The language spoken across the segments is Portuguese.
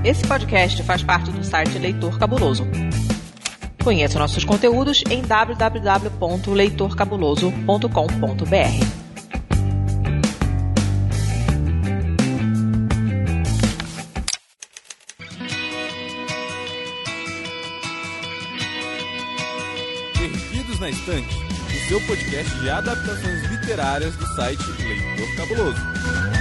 Esse podcast faz parte do site Leitor Cabuloso. Conheça nossos conteúdos em www.leitorcabuloso.com.br. Perdidos na Estante, o seu podcast de adaptações literárias do site Leitor Cabuloso.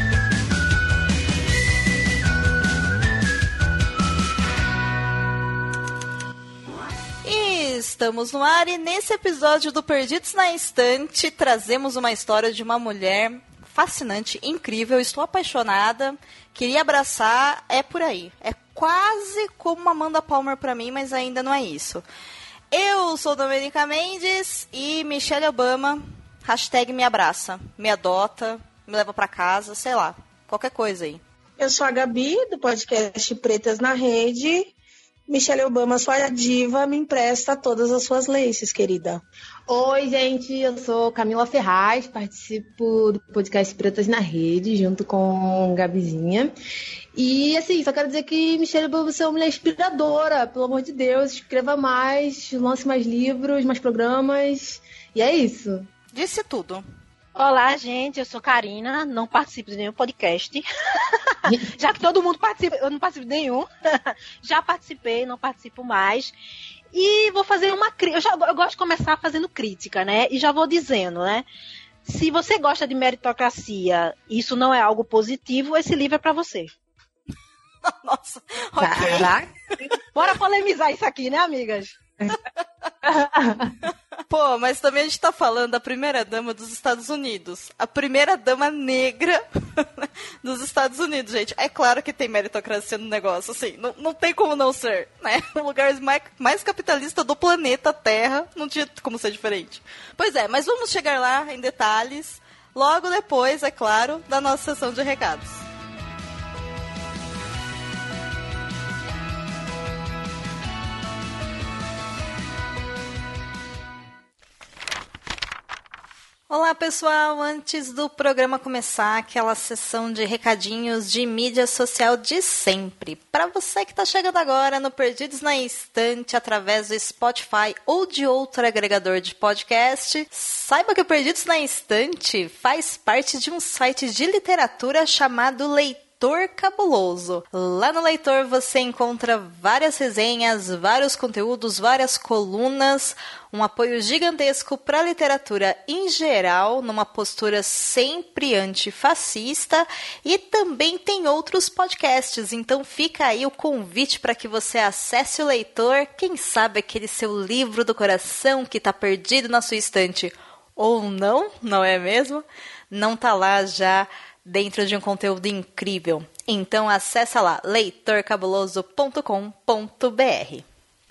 Estamos no ar e nesse episódio do Perdidos na Estante trazemos uma história de uma mulher fascinante, incrível, estou apaixonada, queria abraçar, é por aí. É quase como uma Amanda Palmer pra mim, mas ainda não é isso. Eu sou Domenica Mendes e Michelle Obama, hashtag me abraça, me adota, me leva pra casa, sei lá, qualquer coisa aí. Eu sou a Gabi, do podcast Pretas na Rede. Michelle Obama, sua diva, me empresta todas as suas laces, querida. Oi, gente, eu sou Camila Ferraz, participo do podcast Pretas na Rede, junto com Gabizinha. E, assim, só quero dizer que Michelle Obama, você é uma mulher inspiradora, pelo amor de Deus, escreva mais, lance mais livros, mais programas, e é isso. Disse tudo. Olá, gente, eu sou Karina, não participo de nenhum podcast. Já que todo mundo participa, eu não participo de nenhum. Já participei, não participo mais. E vou fazer uma crítica. Eu gosto de começar fazendo crítica, né? E já vou dizendo, né? Se você gosta de meritocracia, isso não é algo positivo, esse livro é pra você. Nossa, ok. Caraca. Bora polemizar isso aqui, né, amigas? Pô, mas também a gente tá falando da primeira-dama dos Estados Unidos. A primeira-dama negra dos Estados Unidos, gente. É claro que tem meritocracia no negócio, assim. Não tem como não ser, né? O lugar mais capitalista do planeta Terra. Não tinha como ser diferente. Pois é, mas vamos chegar lá em detalhes. Logo depois, é claro, da nossa sessão de recados. Olá, pessoal! Antes do programa começar, aquela sessão de recadinhos de mídia social de sempre. Para você que está chegando agora no Perdidos na Estante através do Spotify ou de outro agregador de podcast, saiba que o Perdidos na Estante faz parte de um site de literatura chamado Leitor Cabuloso. Lá no Leitor você encontra várias resenhas, vários conteúdos, várias colunas, um apoio gigantesco para a literatura em geral, numa postura sempre antifascista, e também tem outros podcasts, então fica aí o convite para que você acesse o Leitor, quem sabe aquele seu livro do coração que está perdido na sua estante, ou não, não é mesmo? Não está lá já dentro de um conteúdo incrível. Então acessa lá, leitorcabuloso.com.br.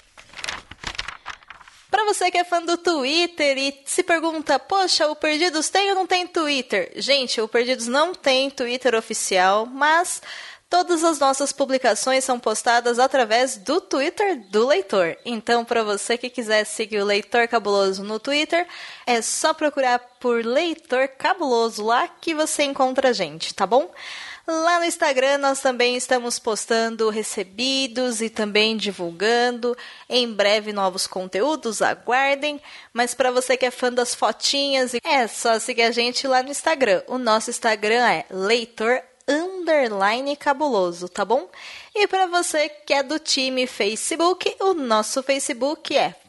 Para você que é fã do Twitter e se pergunta, poxa, o Perdidos tem ou não tem Twitter? Gente, o Perdidos não tem Twitter oficial, mas todas as nossas publicações são postadas através do Twitter do Leitor. Então, para você que quiser seguir o Leitor Cabuloso no Twitter, é só procurar por Leitor Cabuloso lá que você encontra a gente, tá bom? Lá no Instagram nós também estamos postando recebidos e também divulgando. Em breve novos conteúdos, aguardem. Mas para você que é fã das fotinhas, é só seguir a gente lá no Instagram. O nosso Instagram é Leitor_Cabuloso, tá bom? E para você que é do time Facebook, o nosso Facebook é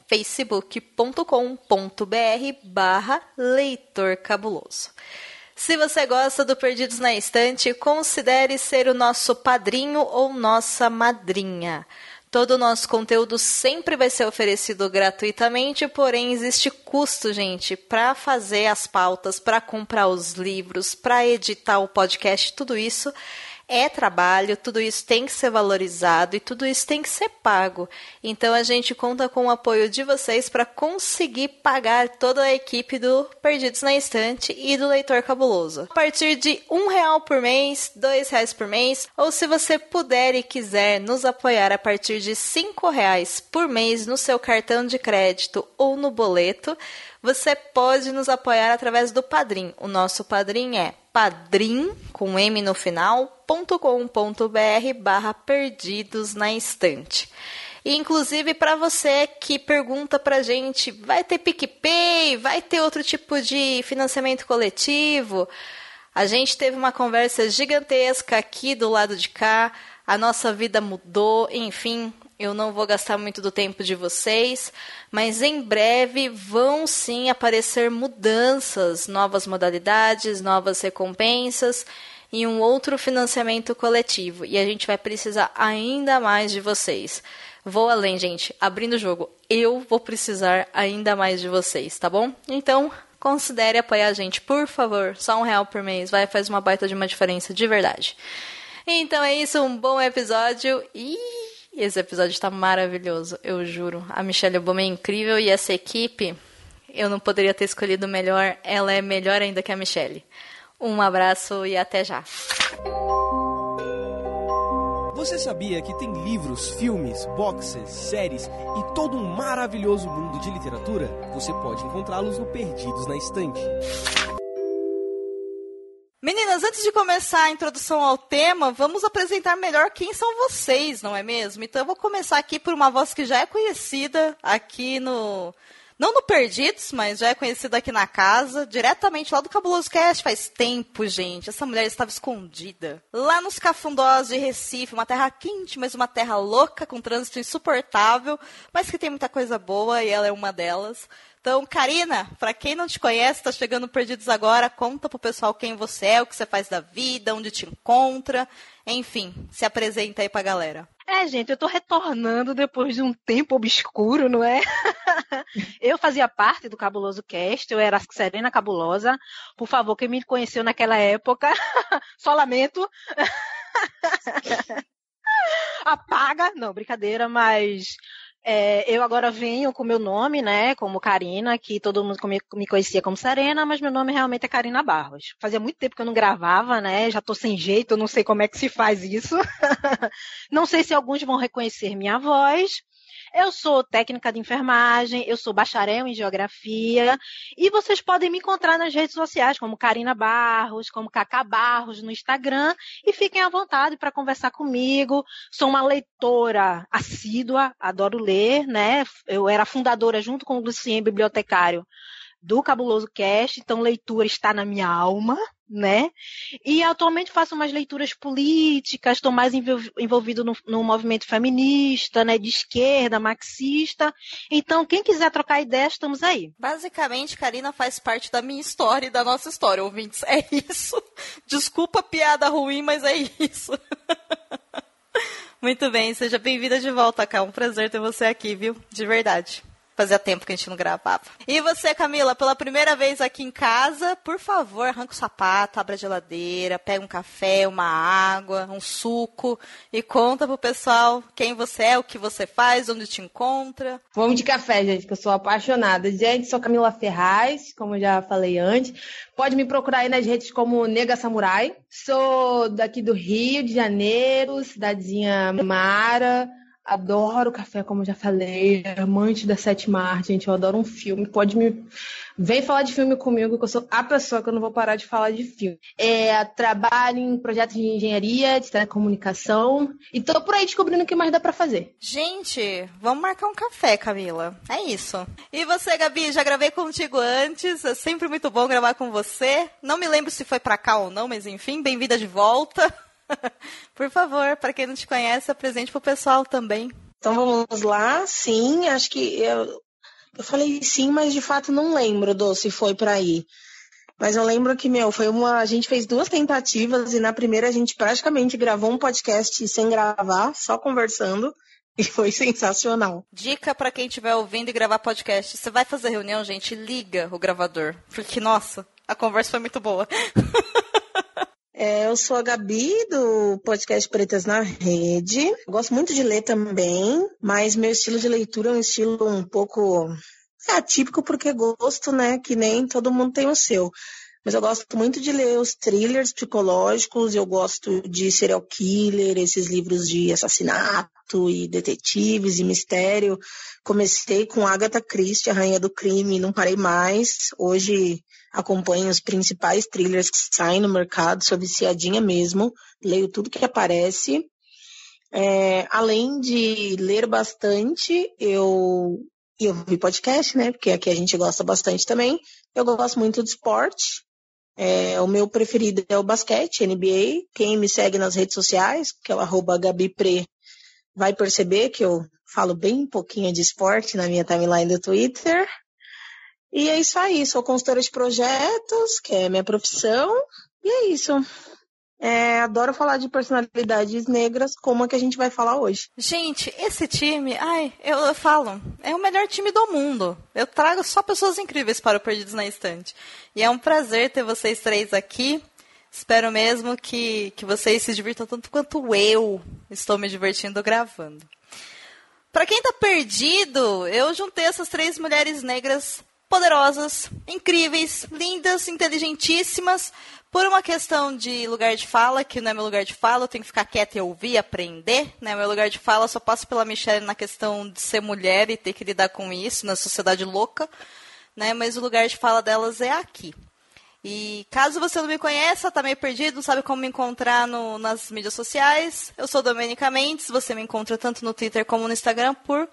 facebook.com.br/leitorcabuloso. Se você gosta do Perdidos na Estante, considere ser o nosso padrinho ou nossa madrinha. Todo o nosso conteúdo sempre vai ser oferecido gratuitamente, porém existe custo, gente, para fazer as pautas, para comprar os livros, para editar o podcast, tudo isso é trabalho, tudo isso tem que ser valorizado e tudo isso tem que ser pago. Então a gente conta com o apoio de vocês para conseguir pagar toda a equipe do Perdidos na Estante e do Leitor Cabuloso. A partir de R$1 por mês, R$2 por mês, ou se você puder e quiser nos apoiar a partir de R$5 por mês no seu cartão de crédito ou no boleto, você pode nos apoiar através do Padrim. O nosso Padrim é padrim, com M no final, .com.br/perdidos na estante. E, inclusive, para você que pergunta pra gente, vai ter PicPay, vai ter outro tipo de financiamento coletivo? A gente teve uma conversa gigantesca aqui do lado de cá, a nossa vida mudou, enfim, eu não vou gastar muito do tempo de vocês, mas em breve vão sim aparecer mudanças, novas modalidades, novas recompensas e um outro financiamento coletivo. E a gente vai precisar ainda mais de vocês. Vou além, gente, abrindo o jogo. Eu vou precisar ainda mais de vocês, tá bom? Então, considere apoiar a gente, por favor. Só R$1 por mês, faz uma baita de uma diferença, de verdade. Então é isso, um bom episódio. E esse episódio está maravilhoso, eu juro. A Michelle Obama é incrível e essa equipe, eu não poderia ter escolhido melhor. Ela é melhor ainda que a Michelle. Um abraço e até já. Você sabia que tem livros, filmes, boxes, séries e todo um maravilhoso mundo de literatura? Você pode encontrá-los no Perdidos na Estante. Meninas, antes de começar a introdução ao tema, vamos apresentar melhor quem são vocês, não é mesmo? Então eu vou começar aqui por uma voz que já é conhecida aqui no... Não no Perdidos, mas já é conhecida aqui na casa, diretamente lá do Cabuloso Cast. Faz tempo, gente. Essa mulher estava escondida. Lá nos Cafundós de Recife, uma terra quente, mas uma terra louca, com trânsito insuportável, mas que tem muita coisa boa e ela é uma delas. Então, Karina, pra quem não te conhece, tá chegando Perdidos agora, conta pro pessoal quem você é, o que você faz da vida, onde te encontra, enfim, se apresenta aí pra galera. Gente, eu tô retornando depois de um tempo obscuro, não é? Eu fazia parte do Cabuloso Cast, eu era a Serena Cabulosa. Por favor, quem me conheceu naquela época, só lamento. Apaga, não, brincadeira, mas... eu agora venho com meu nome, né, como Karina, que todo mundo me conhecia como Serena, mas meu nome realmente é Karina Barros. Fazia muito tempo que eu não gravava, né, já tô sem jeito, eu não sei como é que se faz isso. Não sei se alguns vão reconhecer minha voz. Eu sou técnica de enfermagem, eu sou bacharel em geografia e vocês podem me encontrar nas redes sociais como Karina Barros, como Cacá Barros no Instagram e fiquem à vontade para conversar comigo. Sou uma leitora assídua, adoro ler, né? Eu era fundadora junto com o Lucien, bibliotecário do Cabuloso Cast, então leitura está na minha alma, né? E atualmente faço umas leituras políticas, estou mais envolvido no movimento feminista, né? De esquerda, marxista. Então, quem quiser trocar ideias, estamos aí. Basicamente, Karina faz parte da minha história e da nossa história, ouvintes. É isso. Desculpa a piada ruim, mas é isso. Muito bem, seja bem-vinda de volta, Cá. Um prazer ter você aqui, viu? De verdade. Fazia tempo que a gente não gravava. E você, Camila, pela primeira vez aqui em casa, por favor, arranca o sapato, abre a geladeira, pega um café, uma água, um suco e conta pro pessoal quem você é, o que você faz, onde te encontra. Vamos de café, gente, que eu sou apaixonada. Gente, sou Camila Ferraz, como eu já falei antes. Pode me procurar aí nas redes como Nega Samurai. Sou daqui do Rio de Janeiro, cidadezinha Mara. Adoro café, como eu já falei, amante da sétima arte, gente, eu adoro um filme, vem falar de filme comigo, que eu sou a pessoa que eu não vou parar de falar de filme. Trabalho em projetos de engenharia, de telecomunicação, e tô por aí descobrindo o que mais dá pra fazer. Gente, vamos marcar um café, Camila, é isso. E você, Gabi, já gravei contigo antes, é sempre muito bom gravar com você, não me lembro se foi pra cá ou não, mas enfim, bem-vinda de volta. Por favor, para quem não te conhece, apresente pro pessoal também. Então vamos lá, sim, acho que eu falei sim, mas de fato não lembro se foi para aí. Mas eu lembro que, a gente fez 2 tentativas e na primeira a gente praticamente gravou um podcast sem gravar, só conversando. E foi sensacional. Dica para quem estiver ouvindo e gravar podcast. Você vai fazer reunião, gente, liga o gravador. Porque, nossa, a conversa foi muito boa. Eu sou a Gabi, do podcast Pretas na Rede. Gosto muito de ler também, mas meu estilo de leitura é um estilo um pouco atípico, porque gosto, né, que nem todo mundo tem o seu. Mas eu gosto muito de ler os thrillers psicológicos, eu gosto de serial killer, esses livros de assassinato e detetives e mistério. Comecei com Agatha Christie, a Rainha do Crime, e não parei mais. Hoje acompanho os principais thrillers que saem no mercado, sou viciadinha mesmo, leio tudo que aparece. Além de ler bastante, eu vi podcast, né? Porque aqui a gente gosta bastante também. Eu gosto muito de esporte. O meu preferido é o basquete, NBA. Quem me segue nas redes sociais, que é o @GabiPre, vai perceber que eu falo bem pouquinho de esporte na minha timeline do Twitter. E é isso aí, sou consultora de projetos, que é minha profissão. E é isso. Adoro falar de personalidades negras, como a que a gente vai falar hoje. Gente, esse time, eu falo, é o melhor time do mundo. Eu trago só pessoas incríveis para o Perdidos na Estante. E é um prazer ter vocês três aqui. Espero mesmo que vocês se divirtam tanto quanto eu estou me divertindo gravando. Para quem tá perdido, eu juntei essas três mulheres negras poderosas, incríveis, lindas, inteligentíssimas, por uma questão de lugar de fala, que não é meu lugar de fala, eu tenho que ficar quieta e ouvir, aprender, né? Meu lugar de fala só passa pela Michelle na questão de ser mulher e ter que lidar com isso na sociedade louca, né? Mas o lugar de fala delas é aqui. E caso você não me conheça, tá meio perdido, não sabe como me encontrar nas mídias sociais, eu sou Domênica Mendes, você me encontra tanto no Twitter como no Instagram por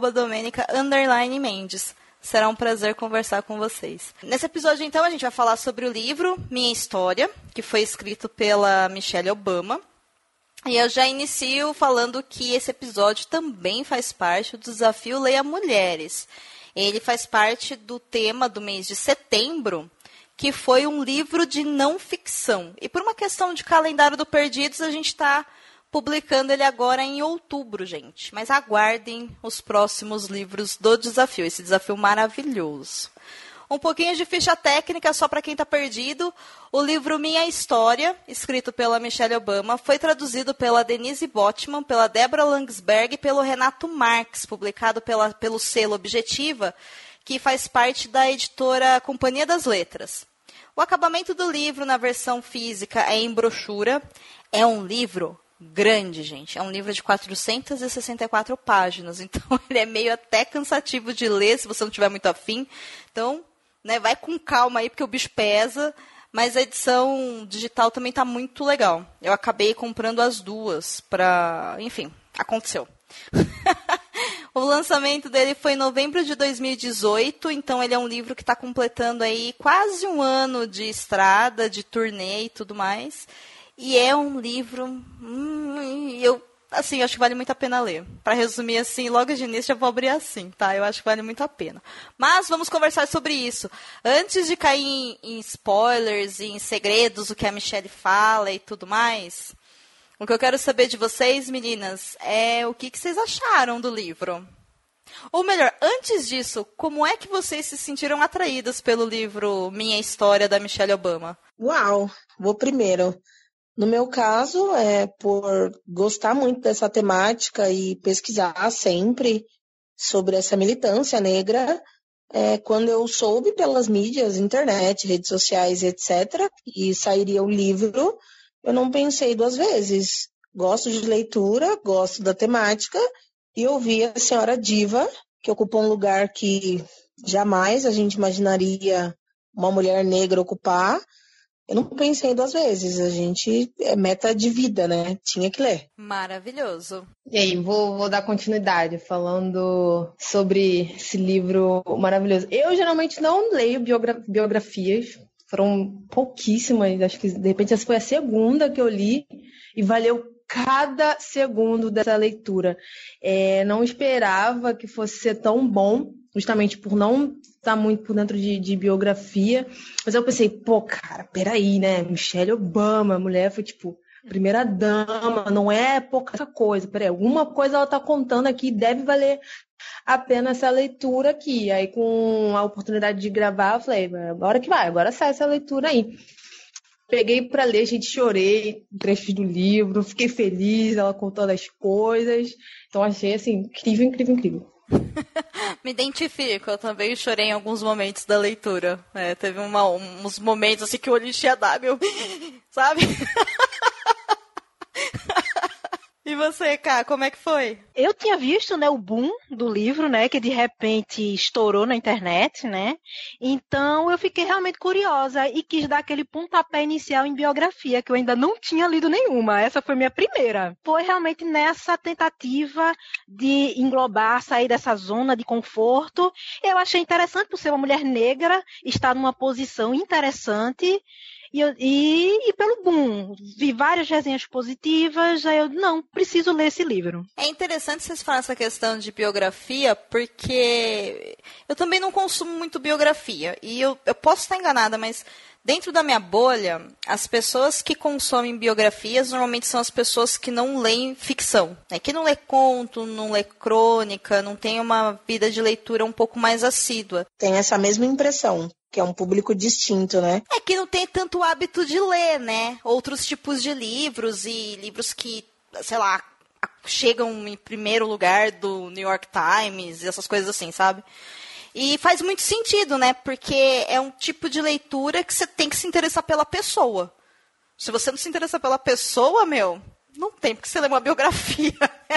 @Domenica_Mendes. Será um prazer conversar com vocês. Nesse episódio, então, a gente vai falar sobre o livro Minha História, que foi escrito pela Michelle Obama. E eu já inicio falando que esse episódio também faz parte do desafio Leia Mulheres. Ele faz parte do tema do mês de setembro, que foi um livro de não ficção. E por uma questão de calendário do Perdidos, a gente está publicando ele agora em outubro, gente. Mas aguardem os próximos livros do desafio, esse desafio maravilhoso. Um pouquinho de ficha técnica só para quem está perdido. O livro Minha História, escrito pela Michelle Obama, foi traduzido pela Denise Botman, pela Deborah Langsberg e pelo Renato Marques, publicado pelo selo Objetiva, que faz parte da editora Companhia das Letras. O acabamento do livro na versão física é em brochura. É um livro grande, gente. É um livro de 464 páginas. Então, ele é meio até cansativo de ler, se você não tiver muito afim. Então, né, vai com calma aí, porque o bicho pesa. Mas a edição digital também está muito legal. Eu acabei comprando as duas para... Enfim, aconteceu. O lançamento dele foi em novembro de 2018, então ele é um livro que está completando aí quase um ano de estrada, de turnê e tudo mais. E é um livro, eu acho que vale muito a pena ler. Para resumir assim, logo de início eu vou abrir assim, tá? Eu acho que vale muito a pena. Mas vamos conversar sobre isso. Antes de cair em spoilers e em segredos, o que a Michelle fala e tudo mais, o que eu quero saber de vocês, meninas, é o que vocês acharam do livro. Ou melhor, antes disso, como é que vocês se sentiram atraídas pelo livro Minha História, da Michelle Obama? Uau, vou primeiro. No meu caso, por gostar muito dessa temática e pesquisar sempre sobre essa militância negra, quando eu soube pelas mídias, internet, redes sociais, etc., e sairia o livro, eu não pensei duas vezes. Gosto de leitura, gosto da temática, e ouvi a senhora diva, que ocupa um lugar que jamais a gente imaginaria uma mulher negra ocupar. Eu não pensei duas vezes, a gente é meta de vida, né? Tinha que ler. Maravilhoso. E aí, vou dar continuidade falando sobre esse livro maravilhoso. Eu geralmente não leio biografias, foram pouquíssimas, acho que de repente essa foi a segunda que eu li e valeu cada segundo dessa leitura. Não esperava que fosse ser tão bom, justamente por não estar muito por dentro de biografia, mas eu pensei, cara, peraí, né, Michelle Obama, a mulher foi tipo primeira dama, não é pouca coisa, peraí, alguma coisa ela tá contando aqui, deve valer a pena essa leitura aqui. Aí com a oportunidade de gravar, eu falei, agora que vai, agora sai essa leitura aí. Peguei para ler, gente, chorei no trecho do livro, fiquei feliz, ela contando as coisas, então achei assim, incrível. Me identifico, eu também chorei em alguns momentos da leitura. Teve uns momentos assim que o olho enchia d'água, sabe? E você, Ká, como é que foi? Eu tinha visto, né, o boom do livro, né, que de repente estourou na internet, né? Então eu fiquei realmente curiosa e quis dar aquele pontapé inicial em biografia, que eu ainda não tinha lido nenhuma. Essa foi minha primeira. Foi realmente nessa tentativa de englobar, sair dessa zona de conforto. Eu achei interessante por ser uma mulher negra, estar numa posição interessante. E pelo boom, vi várias resenhas positivas, aí eu, não, preciso ler esse livro. É interessante vocês falarem essa questão de biografia, porque eu também não consumo muito biografia, e eu posso estar enganada, mas dentro da minha bolha, as pessoas que consomem biografias normalmente são as pessoas que não leem ficção, né? Que não lê conto, não lê crônica, não tem uma vida de leitura um pouco mais assídua. Tem essa mesma impressão. Que é um público distinto, né? É que não tem tanto hábito de ler, né? Outros tipos de livros e livros que, sei lá, chegam em primeiro lugar do New York Times e essas coisas assim, sabe? E faz muito sentido, né? Porque é um tipo de leitura que você tem que se interessar pela pessoa. Se você não se interessa pela pessoa, não tem porque você lê uma biografia,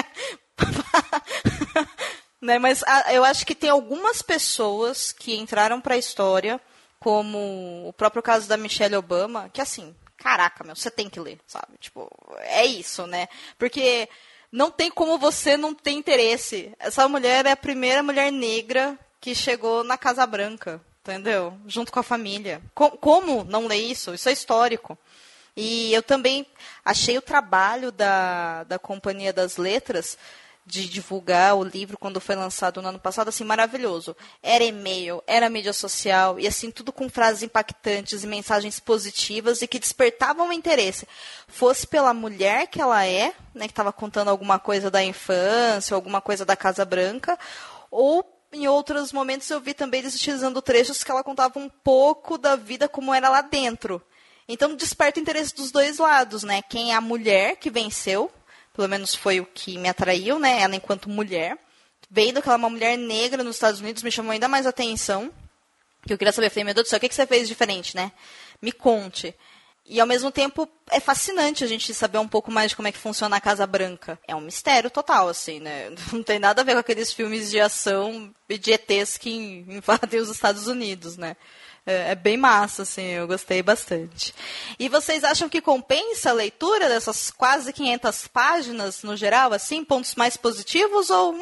né? Mas eu acho que tem algumas pessoas que entraram para a história, como o próprio caso da Michelle Obama, que assim, caraca, você tem que ler, sabe? Tipo, é isso, né? Porque não tem como você não ter interesse. Essa mulher é a primeira mulher negra que chegou na Casa Branca, entendeu? Junto com a família. Como não ler isso? Isso é histórico. E eu também achei o trabalho da Companhia das Letras de divulgar o livro quando foi lançado no ano passado, assim, maravilhoso. Era e-mail, era mídia social, e assim, tudo com frases impactantes e mensagens positivas e que despertavam interesse. Fosse pela mulher que ela é, né, que estava contando alguma coisa da infância, alguma coisa da Casa Branca, ou em outros momentos eu vi também eles utilizando trechos que ela contava um pouco da vida como era lá dentro. Então, desperta o interesse dos dois lados, né? Quem é a mulher que venceu, pelo menos foi o que me atraiu, né? Ela enquanto mulher. Vendo que ela é uma mulher negra nos Estados Unidos, me chamou ainda mais atenção. Que eu queria saber, falei, meu Deus do céu, o que você fez diferente, né? Me conte. E, ao mesmo tempo, é fascinante a gente saber um pouco mais de como é que funciona a Casa Branca. É um mistério total, assim, né? Não tem nada a ver com aqueles filmes de ação e de ETs que invadem os Estados Unidos, né? É bem massa, assim, eu gostei bastante. E vocês acham que compensa a leitura dessas quase 500 páginas, no geral, assim, pontos mais positivos ou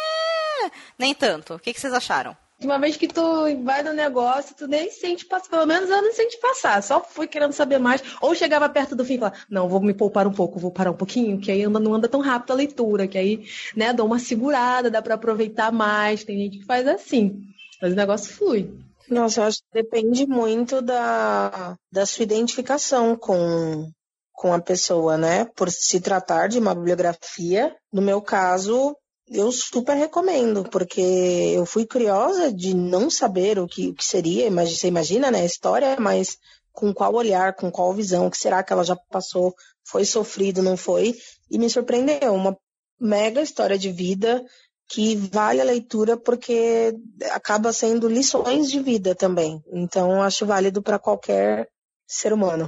nem tanto? O que vocês acharam? Uma vez que tu vai no negócio, tu nem sente passar, pelo menos eu não senti passar, só fui querendo saber mais, ou chegava perto do fim e falava, não, vou me poupar um pouco, vou parar um pouquinho, que aí não anda tão rápido a leitura, que aí, né, dou uma segurada, dá pra aproveitar mais, tem gente que faz assim, mas o negócio flui. Nossa, eu acho que depende muito da sua identificação com a pessoa, né? Por se tratar de uma bibliografia, no meu caso, eu super recomendo, porque eu fui curiosa de não saber o que seria, você imagina, né, a história, mas com qual olhar, com qual visão, o que será que ela já passou, foi sofrido, não foi? E me surpreendeu, uma mega história de vida que vale a leitura porque acaba sendo lições de vida também. Então, acho válido para qualquer ser humano.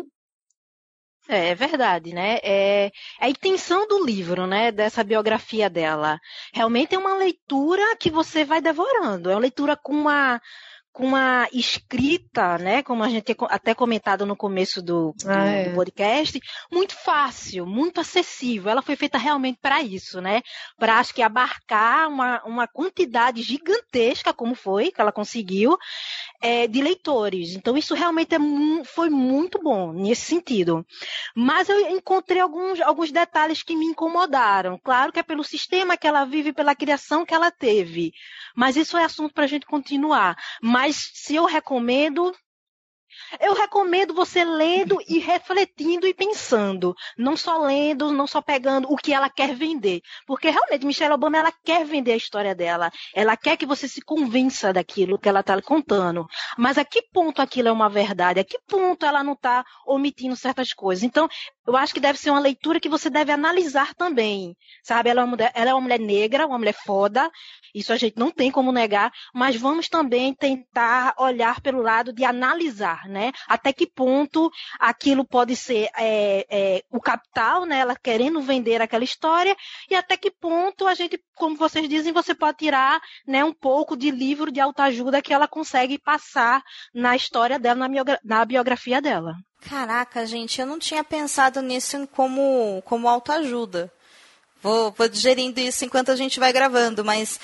É verdade, né? É a intenção do livro, né? Dessa biografia dela. Realmente é uma leitura que você vai devorando. É uma leitura com uma escrita, né? Como a gente tinha até comentado no começo do podcast, muito fácil, muito acessível. Ela foi feita realmente para isso, né? Para, acho que, abarcar uma quantidade gigantesca, como foi, que ela conseguiu, de leitores. Então, isso realmente foi muito bom nesse sentido. Mas eu encontrei alguns detalhes que me incomodaram. Claro que é pelo sistema que ela vive, pela criação que ela teve. Mas isso é assunto para a gente continuar. Mas se eu recomendo, Eu recomendo você lendo e refletindo e pensando. Não só lendo, não só pegando o que ela quer vender. Porque realmente Michelle Obama, ela quer vender a história dela. Ela quer que você se convença daquilo que ela está contando. Mas a que ponto aquilo é uma verdade? A que ponto ela não está omitindo certas coisas? Então, eu acho que deve ser uma leitura que você deve analisar também. Sabe? Ela é uma mulher negra, uma mulher foda. Isso a gente não tem como negar. Mas vamos também tentar olhar pelo lado de analisar, né? Até que ponto aquilo pode ser o capital, né? Ela querendo vender aquela história, e até que ponto a gente, como vocês dizem, você pode tirar, né, um pouco de livro de autoajuda que ela consegue passar na história dela, na biografia dela. Caraca, gente, eu não tinha pensado nisso como autoajuda. Vou digerindo isso enquanto a gente vai gravando, mas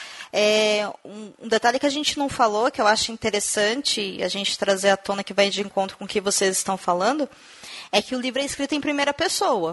um detalhe que a gente não falou, que eu acho interessante a gente trazer à tona, que vai de encontro com o que vocês estão falando, é que o livro é escrito em primeira pessoa.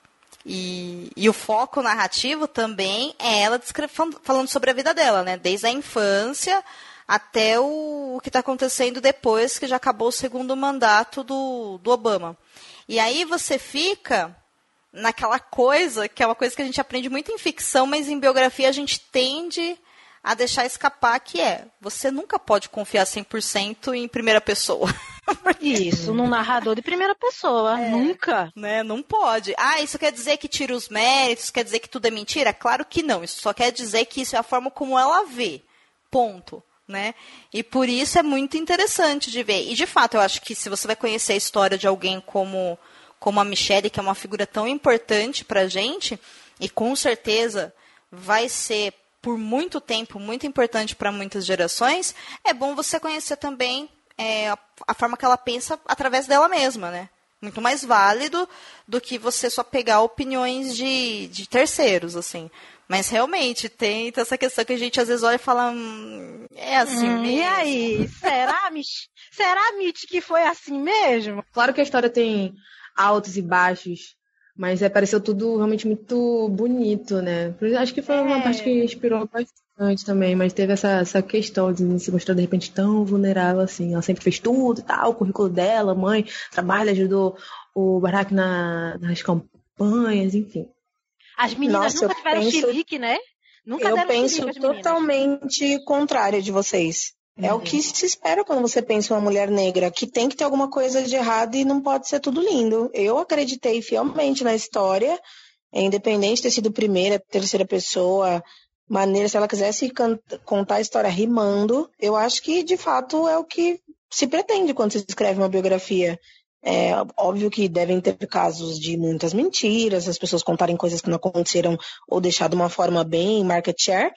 E o foco narrativo também é ela falando sobre a vida dela, né? Desde a infância até o que está acontecendo depois, que já acabou o segundo mandato do Obama. E aí você fica naquela coisa, que é uma coisa que a gente aprende muito em ficção, mas em biografia a gente tende a deixar escapar, que você nunca pode confiar 100% em primeira pessoa. Isso, num narrador de primeira pessoa, nunca. Né? Não pode. Isso quer dizer que tira os méritos, quer dizer que tudo é mentira? Claro que não, isso só quer dizer que isso é a forma como ela vê, ponto. Né? E por isso é muito interessante de ver. E de fato, eu acho que se você vai conhecer a história de alguém como a Michelle, que é uma figura tão importante pra gente, e com certeza vai ser por muito tempo muito importante para muitas gerações, é bom você conhecer também a forma que ela pensa através dela mesma, né? Muito mais válido do que você só pegar opiniões de terceiros, assim. Mas realmente tem essa questão que a gente às vezes olha e fala, é assim mesmo. E aí, será, Mitch, que foi assim mesmo? Claro que a história tem altos e baixos, mas pareceu tudo realmente muito bonito, né? Acho que foi uma parte que inspirou bastante também, mas teve essa questão de se mostrar de repente tão vulnerável assim. Ela sempre fez tudo e tal, o currículo dela, mãe, trabalha, ajudou o Barack nas campanhas, enfim. As meninas nunca tiveram chilique, né? Nunca deram chilique às meninas. Eu penso totalmente contrário de vocês. É o que se espera quando você pensa em uma mulher negra, que tem que ter alguma coisa de errado e não pode ser tudo lindo. Eu acreditei fielmente na história, independente de ter sido primeira, terceira pessoa, maneira, se ela quisesse contar a história rimando, eu acho que, de fato, é o que se pretende quando se escreve uma biografia. É óbvio que devem ter casos de muitas mentiras, as pessoas contarem coisas que não aconteceram ou deixar de uma forma bem market share,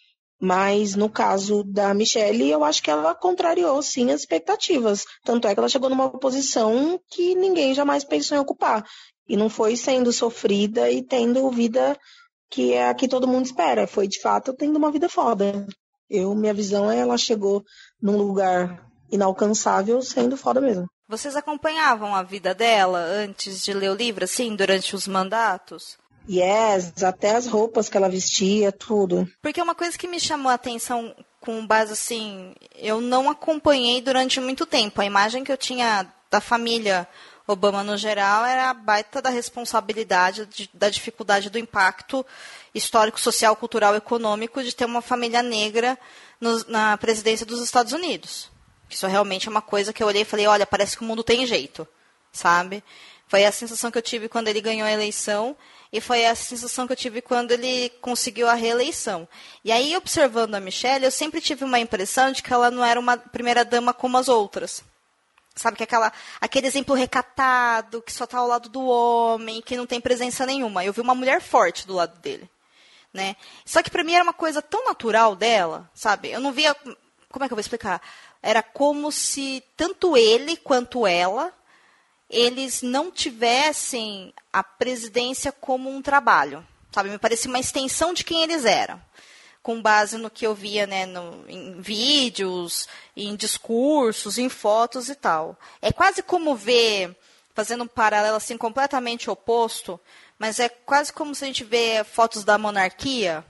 mas no caso da Michelle, eu acho que ela contrariou, sim, as expectativas. Tanto é que ela chegou numa posição que ninguém jamais pensou em ocupar. E não foi sendo sofrida e tendo vida que é a que todo mundo espera. Foi, de fato, tendo uma vida foda. Minha visão ela chegou num lugar inalcançável sendo foda mesmo. Vocês acompanhavam a vida dela antes de ler o livro, assim, durante os mandatos? Yes, até as roupas que ela vestia, tudo. Porque uma coisa que me chamou a atenção com base, assim, eu não acompanhei durante muito tempo. A imagem que eu tinha da família Obama no geral era a baita da responsabilidade, da dificuldade do impacto histórico, social, cultural, econômico de ter uma família negra na presidência dos Estados Unidos. Isso realmente é uma coisa que eu olhei e falei, olha, parece que o mundo tem jeito, sabe? Foi a sensação que eu tive quando ele ganhou a eleição e foi a sensação que eu tive quando ele conseguiu a reeleição. E aí, observando a Michelle, eu sempre tive uma impressão de que ela não era uma primeira-dama como as outras. Sabe, que aquele exemplo recatado, que só está ao lado do homem, que não tem presença nenhuma. Eu vi uma mulher forte do lado dele, né? Só que para mim era uma coisa tão natural dela, sabe? Eu não via... Como é que eu vou explicar? Era como se tanto ele quanto ela, eles não tivessem a presidência como um trabalho, sabe? Me parecia uma extensão de quem eles eram, com base no que eu via, né, em vídeos, em discursos, em fotos e tal. É quase como ver, fazendo um paralelo assim completamente oposto, mas é quase como se a gente vê fotos da monarquia,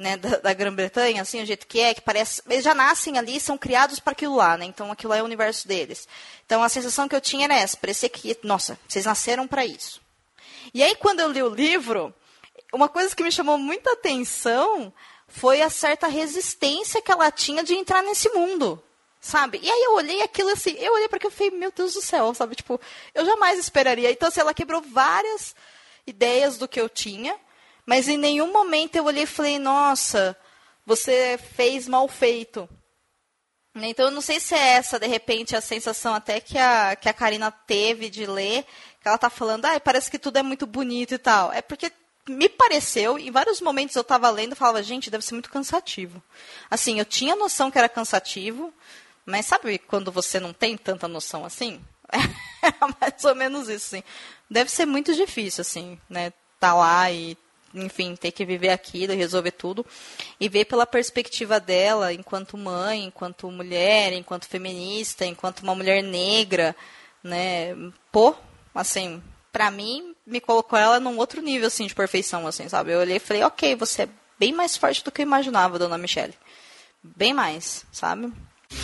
né, da Grã-Bretanha, assim, o jeito que parece... Eles já nascem ali, são criados para aquilo lá, né? Então, aquilo é o universo deles. Então, a sensação que eu tinha era essa. Parecia que, nossa, vocês nasceram para isso. E aí, quando eu li o livro, uma coisa que me chamou muita atenção foi a certa resistência que ela tinha de entrar nesse mundo, sabe? E aí eu olhei aquilo assim, eu olhei para aquilo e falei, meu Deus do céu, sabe? Tipo, eu jamais esperaria. Então, assim, ela quebrou várias ideias do que eu tinha, mas em nenhum momento eu olhei e falei, nossa, você fez mal feito. Então, eu não sei se é essa, de repente, a sensação até que a Karina teve de ler, que ela tá falando, parece que tudo é muito bonito e tal. É porque me pareceu, em vários momentos eu estava lendo e falava, gente, deve ser muito cansativo. Assim, eu tinha noção que era cansativo, mas sabe quando você não tem tanta noção assim? É mais ou menos isso, assim. Deve ser muito difícil, assim, né? Tá lá e, enfim, ter que viver aquilo e resolver tudo. E ver pela perspectiva dela, enquanto mãe, enquanto mulher, enquanto feminista, enquanto uma mulher negra, né? Pô, assim... Pra mim, me colocou ela num outro nível, assim, de perfeição, assim, sabe? Eu olhei e falei, ok, você é bem mais forte do que eu imaginava, dona Michelle. Bem mais, sabe?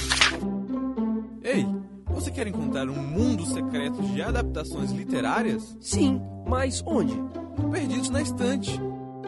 Ei, você quer encontrar um mundo secreto de adaptações literárias? Sim, mas onde? Perdidos na Estante.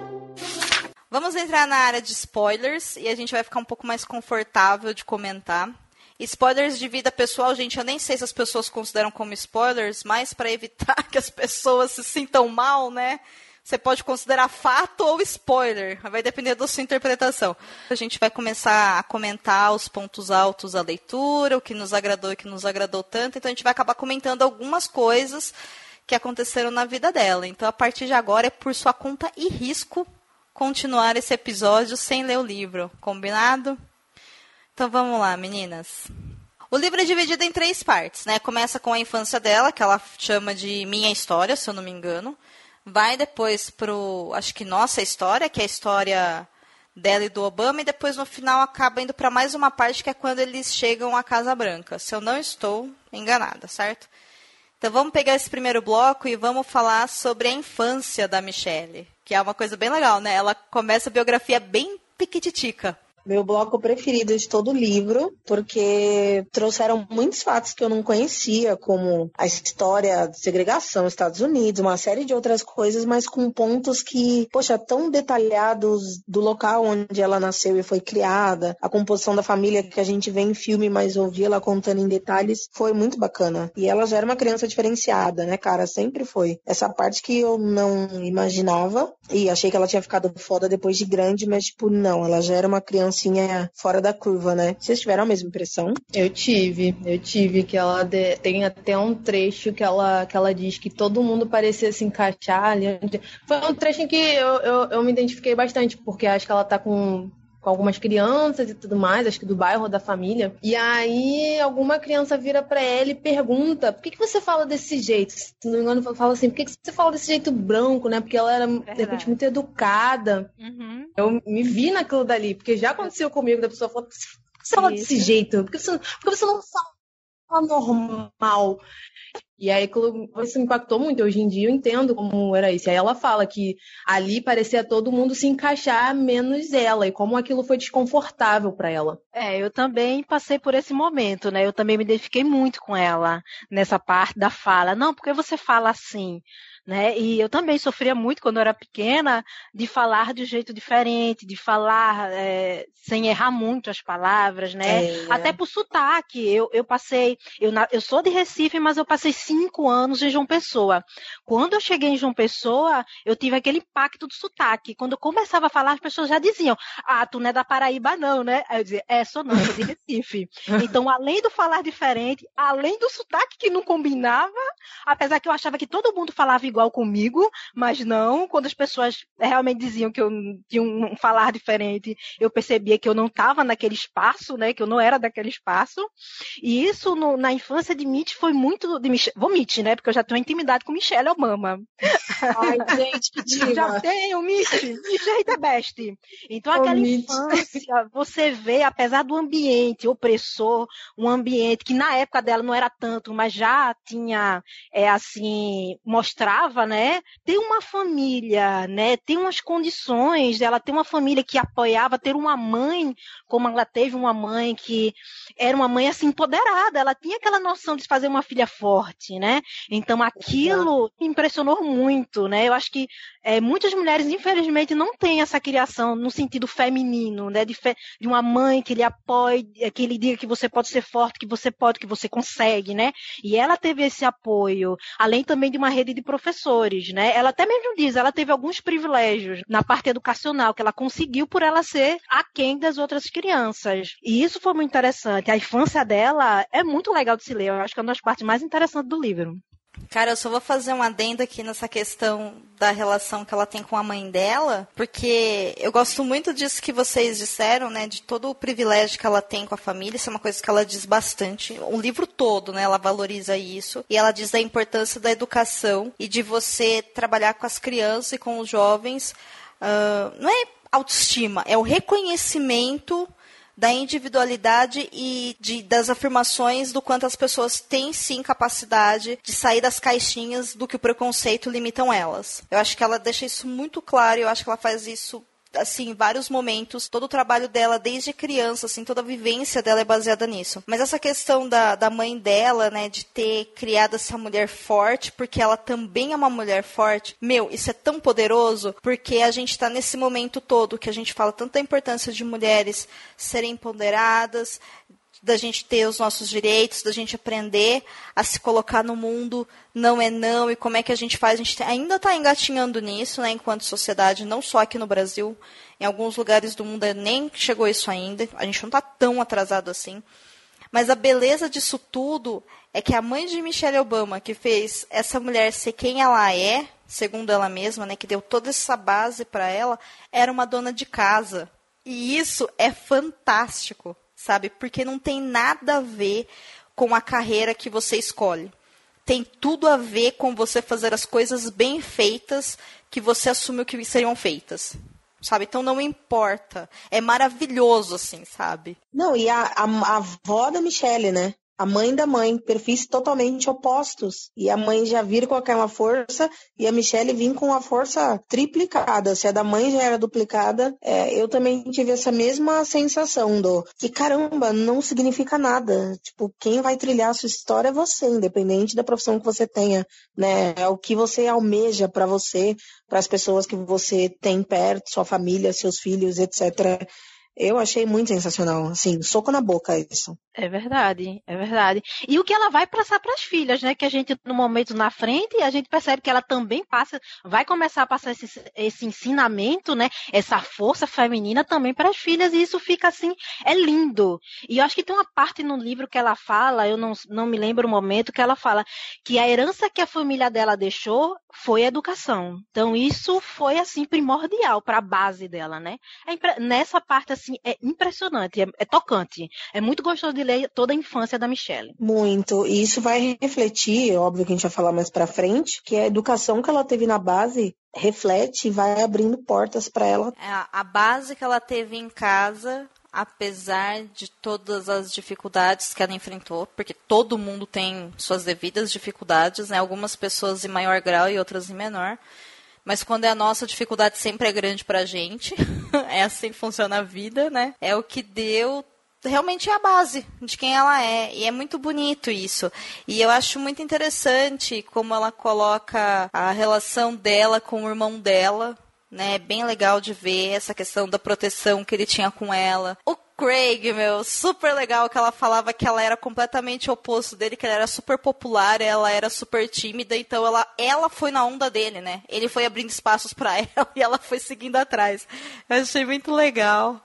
Vamos entrar na área de spoilers e a gente vai ficar um pouco mais confortável de comentar. Spoilers de vida pessoal, gente, eu nem sei se as pessoas consideram como spoilers, mas para evitar que as pessoas se sintam mal, né? Você pode considerar fato ou spoiler, vai depender da sua interpretação. A gente vai começar a comentar os pontos altos da leitura, o que nos agradou e o que nos agradou tanto, então a gente vai acabar comentando algumas coisas que aconteceram na vida dela. Então, a partir de agora, é por sua conta e risco continuar esse episódio sem ler o livro, combinado? Então vamos lá, meninas. O livro é dividido em 3 partes, né? Começa com a infância dela, que ela chama de Minha História, se eu não me engano. Vai depois pro, acho que Nossa História, que é a história dela e do Obama. E depois, no final, acaba indo para mais uma parte, que é quando eles chegam à Casa Branca. Se eu não estou enganada, certo? Então vamos pegar esse primeiro bloco e vamos falar sobre a infância da Michelle. Que é uma coisa bem legal, né? Ela começa a biografia bem piquititica. Meu bloco preferido de todo o livro, porque trouxeram muitos fatos que eu não conhecia, como a história de segregação nos Estados Unidos, uma série de outras coisas, mas com pontos que, poxa, tão detalhados do local onde ela nasceu e foi criada, a composição da família que a gente vê em filme, mas ouvir ela contando em detalhes, foi muito bacana. E ela já era uma criança diferenciada, né, cara? Sempre foi. Essa parte que eu não imaginava, e achei que ela tinha ficado foda depois de grande, mas, tipo, não, ela já era uma criancinha fora da curva, né? Vocês tiveram a mesma impressão? Eu tive que ela tem até um trecho que ela diz que todo mundo parecia se encaixar ali. Foi um trecho em que eu me identifiquei bastante, porque acho que ela tá com algumas crianças e tudo mais, acho que do bairro, da família. E aí, alguma criança vira pra ela e pergunta, por que você fala desse jeito? Se não me engano, fala assim, por que você fala desse jeito branco, né? Porque ela era, de repente, muito educada. Uhum. Eu me vi naquilo dali, porque já aconteceu comigo, da pessoa falando, por que você fala desse jeito? Por que você não fala normal? E aí isso me impactou muito. Hoje em dia eu entendo como era isso. Aí ela fala que ali parecia todo mundo se encaixar, menos ela. E como aquilo foi desconfortável para ela. Eu também passei por esse momento, né? Eu também me identifiquei muito com ela nessa parte da fala. Não, porque você fala assim, né? E eu também sofria muito quando eu era pequena de falar de um jeito diferente, de falar sem errar muito as palavras, né? Até por sotaque. Eu passei, eu sou de Recife, mas eu passei 5 anos em João Pessoa. Quando eu cheguei em João Pessoa, eu tive aquele impacto do sotaque. Quando eu começava a falar, as pessoas já diziam, tu não é da Paraíba não, né? Aí eu dizia, sou não, sou de Recife. Então, além do falar diferente, além do sotaque que não combinava, apesar que eu achava que todo mundo falava igual comigo, mas não, quando as pessoas realmente diziam que eu tinha um falar diferente, eu percebia que eu não estava naquele espaço, né? Que eu não era daquele espaço. E isso na infância de Mitch foi muito de Michelle. Vou Mitch, né? Porque eu já tenho intimidade com Michelle Obama. Ai, gente, que diva. Já tenho, Mitch. Mitch é the best. Então, aquela infância, você vê, apesar do ambiente opressor, um ambiente que na época dela não era tanto, mas já tinha assim, mostrava, né, ter uma família, né, ter umas condições dela ter uma família que apoiava, ter uma mãe, como ela teve uma mãe que era uma mãe, assim, empoderada, ela tinha aquela noção de fazer uma filha forte, né, então aquilo me impressionou muito, né, eu acho que muitas mulheres, infelizmente, não têm essa criação no sentido feminino, né, de uma mãe que lhe apoie, que lhe diga que você pode ser forte, que você pode, que você consegue, né? E ela teve esse apoio, além também de uma rede de professores, né? Ela até mesmo diz, ela teve alguns privilégios na parte educacional que ela conseguiu por ela ser aquém das outras crianças. E isso foi muito interessante. A infância dela é muito legal de se ler. Eu acho que é uma das partes mais interessantes do livro. Cara, eu só vou fazer um adendo aqui nessa questão da relação que ela tem com a mãe dela, porque eu gosto muito disso que vocês disseram, né, de todo o privilégio que ela tem com a família, isso é uma coisa que ela diz bastante, o livro todo, né, ela valoriza isso, e ela diz da importância da educação e de você trabalhar com as crianças e com os jovens, não é autoestima, é o reconhecimento da individualidade e das afirmações do quanto as pessoas têm, sim, capacidade de sair das caixinhas do que o preconceito limitam elas. Eu acho que ela deixa isso muito claro e eu acho que ela faz isso assim, em vários momentos, todo o trabalho dela desde criança, assim, toda a vivência dela é baseada nisso. Mas essa questão da mãe dela, né, de ter criado essa mulher forte, porque ela também é uma mulher forte, isso é tão poderoso, porque a gente tá nesse momento todo que a gente fala tanto da importância de mulheres serem empoderadas, da gente ter os nossos direitos, da gente aprender a se colocar no mundo, não é não, e como é que a gente faz. A gente ainda está engatinhando nisso, né, enquanto sociedade, não só aqui no Brasil, em alguns lugares do mundo nem chegou isso ainda, a gente não está tão atrasado assim. Mas a beleza disso tudo é que a mãe de Michelle Obama, que fez essa mulher ser quem ela é, segundo ela mesma, né, que deu toda essa base para ela, era uma dona de casa. E isso é fantástico. Sabe? Porque não tem nada a ver com a carreira que você escolhe. Tem tudo a ver com você fazer as coisas bem feitas que você assumiu que seriam feitas. Sabe? Então não importa. É maravilhoso, assim, sabe? Não, e a avó da Michelle, né? A mãe da mãe, perfis totalmente opostos. E a mãe já vir com aquela força e a Michelle vir com a força triplicada. Se a da mãe já era duplicada, eu também tive essa mesma sensação que, caramba, não significa nada. Tipo, quem vai trilhar a sua história é você, independente da profissão que você tenha, né? É o que você almeja para você, para as pessoas que você tem perto, sua família, seus filhos, etc. Eu achei muito sensacional, assim, soco na boca isso. É verdade, é verdade. E o que ela vai passar para as filhas, né? Que a gente, no momento na frente, a gente percebe que ela também vai começar a passar esse ensinamento, né? Essa força feminina também para as filhas, e isso fica assim, é lindo. E eu acho que tem uma parte no livro que ela fala, eu não me lembro o momento, que ela fala que a herança que a família dela deixou foi a educação. Então isso foi, assim, primordial para a base dela, né? Nessa parte, assim, é impressionante, é tocante. É muito gostoso de ler toda a infância da Michelle. Muito. E isso vai refletir, óbvio que a gente vai falar mais pra frente, que a educação que ela teve na base reflete e vai abrindo portas para ela. A base que ela teve em casa, apesar de todas as dificuldades que ela enfrentou, porque todo mundo tem suas devidas dificuldades, né? Algumas pessoas em maior grau e outras em menor. Mas quando é a nossa dificuldade sempre é grande pra gente. É assim que funciona a vida, né? É o que deu realmente é a base de quem ela é. E é muito bonito isso. E eu acho muito interessante como ela coloca a relação dela com o irmão dela, né? É bem legal de ver essa questão da proteção que ele tinha com ela. O Craig, super legal que ela falava que ela era completamente o oposto dele, que ela era super popular, ela era super tímida, então ela foi na onda dele, né? Ele foi abrindo espaços pra ela e ela foi seguindo atrás. Eu achei muito legal.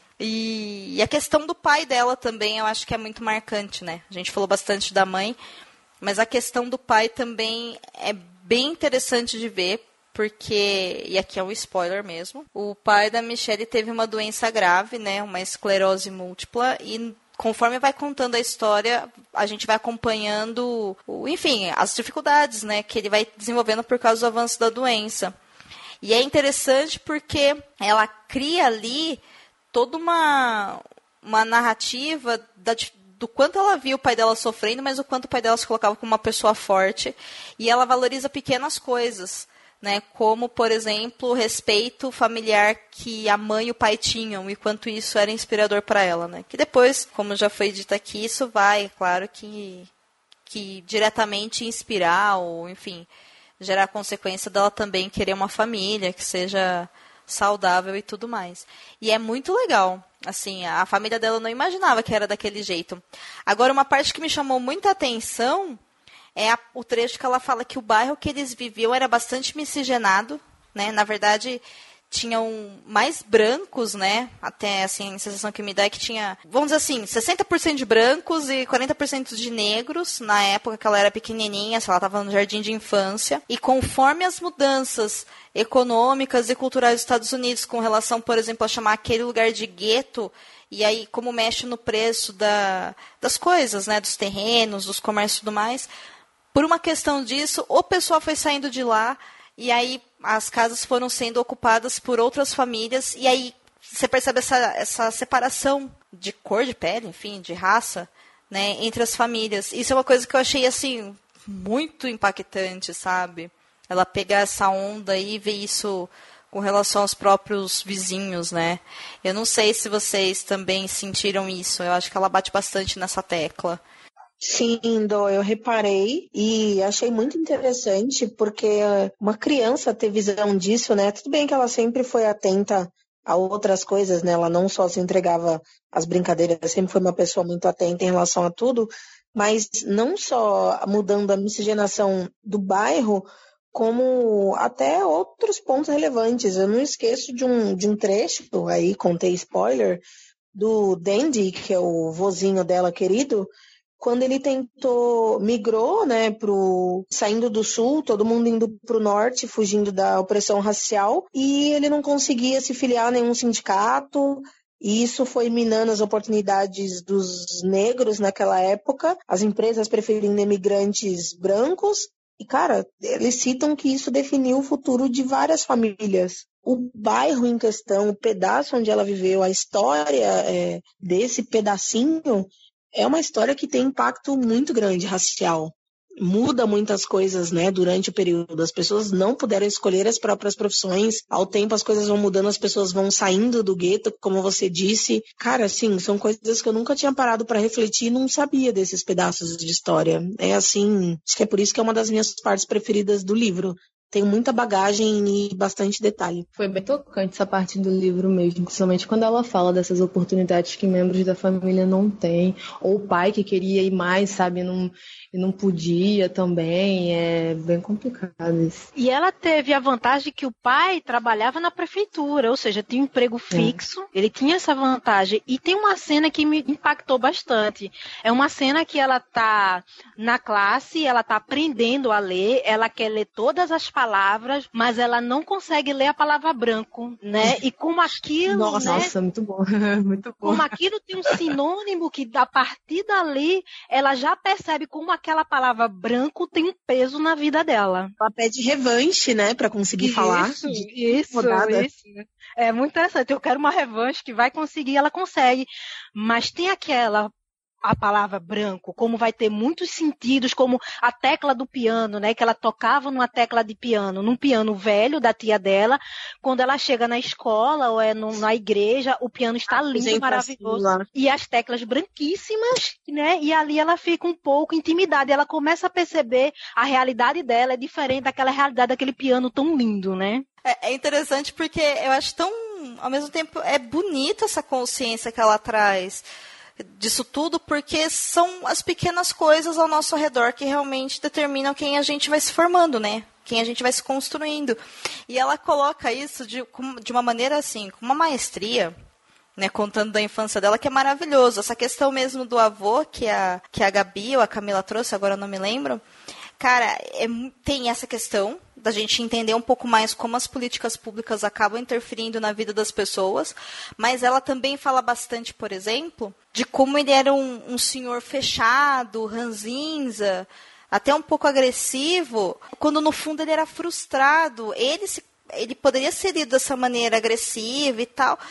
E a questão do pai dela também, eu acho que é muito marcante, né? A gente falou bastante da mãe, mas a questão do pai também é bem interessante de ver, porque, e aqui é um spoiler mesmo, o pai da Michelle teve uma doença grave, né? Uma esclerose múltipla, e conforme vai contando a história, a gente vai acompanhando, enfim, as dificuldades, né? Que ele vai desenvolvendo por causa do avanço da doença. E é interessante porque ela cria ali toda uma narrativa do quanto ela via o pai dela sofrendo, mas o quanto o pai dela se colocava como uma pessoa forte. E ela valoriza pequenas coisas, né? Como, por exemplo, o respeito familiar que a mãe e o pai tinham, e quanto isso era inspirador para ela, né? Que depois, como já foi dito aqui, isso vai, claro, que diretamente inspirar, ou, enfim, gerar a consequência dela também querer uma família que seja saudável e tudo mais. E é muito legal. Assim, a família dela não imaginava que era daquele jeito. Agora, uma parte que me chamou muita atenção é o trecho que ela fala que o bairro que eles viviam era bastante miscigenado, né? Na verdade, tinham mais brancos, né? Até, assim, a sensação que me dá é que tinha, vamos dizer assim, 60% de brancos e 40% de negros, na época que ela era pequenininha, se ela estava no jardim de infância. E conforme as mudanças econômicas e culturais dos Estados Unidos, com relação, por exemplo, a chamar aquele lugar de gueto, e aí como mexe no preço das coisas, né? Dos terrenos, dos comércios e tudo mais, por uma questão disso, o pessoal foi saindo de lá, e aí as casas foram sendo ocupadas por outras famílias, e aí você percebe essa separação de cor de pele, enfim, de raça, né, entre as famílias. Isso é uma coisa que eu achei, assim, muito impactante, sabe? Ela pegar essa onda e ver isso com relação aos próprios vizinhos, né? Eu não sei se vocês também sentiram isso, eu acho que ela bate bastante nessa tecla. Sim, Dô, eu reparei e achei muito interessante, porque uma criança ter visão disso, né? Tudo bem que ela sempre foi atenta a outras coisas, né? Ela não só se entregava às brincadeiras, sempre foi uma pessoa muito atenta em relação a tudo, mas não só mudando a miscigenação do bairro, como até outros pontos relevantes. Eu não esqueço de um trecho, aí contei spoiler, do Dandy, que é o vozinho dela querido, quando ele migrou, né, saindo do sul, todo mundo indo para o norte, fugindo da opressão racial, e ele não conseguia se filiar a nenhum sindicato, e isso foi minando as oportunidades dos negros naquela época, as empresas preferindo imigrantes brancos, e, cara, eles citam que isso definiu o futuro de várias famílias. O bairro em questão, o pedaço onde ela viveu, a história desse pedacinho, é uma história que tem impacto muito grande, racial. Muda muitas coisas, né, durante o período. As pessoas não puderam escolher as próprias profissões. Ao tempo as coisas vão mudando, as pessoas vão saindo do gueto, como você disse. Cara, assim, são coisas que eu nunca tinha parado para refletir e não sabia desses pedaços de história. É assim, acho que é por isso que é uma das minhas partes preferidas do livro. Tem muita bagagem e bastante detalhe. Foi bem tocante essa parte do livro mesmo, principalmente quando ela fala dessas oportunidades que membros da família não têm, ou o pai que queria ir mais, sabe, e não podia também. É bem complicado isso. E ela teve a vantagem que o pai trabalhava na prefeitura, ou seja, tinha um emprego fixo, ele tinha essa vantagem. E tem uma cena que me impactou bastante. É uma cena que ela tá na classe, ela tá aprendendo a ler, ela quer ler todas as palavras, mas ela não consegue ler a palavra branco, né? E como aquilo, Nossa, muito bom. Muito bom. Como aquilo tem um sinônimo que, a partir dali, ela já percebe como aquela palavra branco tem um peso na vida dela. Ela pede revanche, né, pra conseguir falar. Isso. É muito interessante. Eu quero uma revanche que vai conseguir, ela consegue. Mas tem a palavra branco, como vai ter muitos sentidos, como a tecla do piano, né, que ela tocava numa tecla de piano, num piano velho da tia dela, quando ela chega na escola ou na igreja, o piano está lindo, maravilhoso, e as teclas branquíssimas, né, e ali ela fica um pouco intimidada, e ela começa a perceber a realidade dela é diferente daquela realidade daquele piano tão lindo, né. É interessante porque eu acho tão, ao mesmo tempo, é bonita essa consciência que ela traz disso tudo, porque são as pequenas coisas ao nosso redor que realmente determinam quem a gente vai se formando, né? Quem a gente vai se construindo. E ela coloca isso de uma maneira assim, com uma maestria, né? Contando da infância dela, que é maravilhoso. Essa questão mesmo do avô, que a Gabi ou a Camila trouxe, agora eu não me lembro. Cara, tem essa questão da gente entender um pouco mais como as políticas públicas acabam interferindo na vida das pessoas, mas ela também fala bastante, por exemplo, de como ele era um senhor fechado, ranzinza, até um pouco agressivo, quando no fundo ele era frustrado. Ele poderia ser lido dessa maneira agressiva e tal,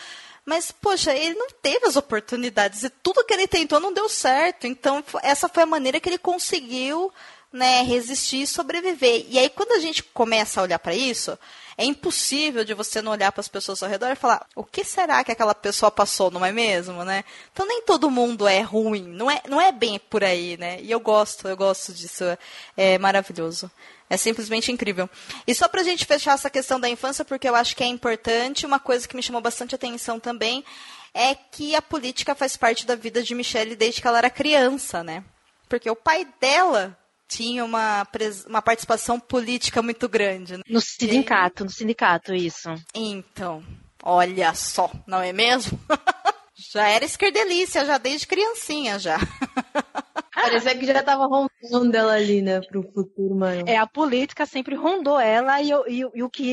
Mas, poxa, ele não teve as oportunidades e tudo que ele tentou não deu certo. Então, essa foi a maneira que ele conseguiu, né, resistir e sobreviver. E aí, quando a gente começa a olhar para isso, é impossível de você não olhar para as pessoas ao redor e falar, o que será que aquela pessoa passou, não é mesmo, né? Então, nem todo mundo é ruim, não é bem por aí, né? E eu gosto disso, é maravilhoso. É simplesmente incrível. E só pra gente fechar essa questão da infância, porque eu acho que é importante, uma coisa que me chamou bastante atenção também é que a política faz parte da vida de Michelle desde que ela era criança, né? Porque o pai dela tinha uma participação política muito grande. Né? No sindicato, isso. Então, olha só, não é mesmo? Já era esquerdelícia, já desde criancinha, já. Parecia que já tava rondando ela ali, né, pro futuro maior. A política sempre rondou ela e o que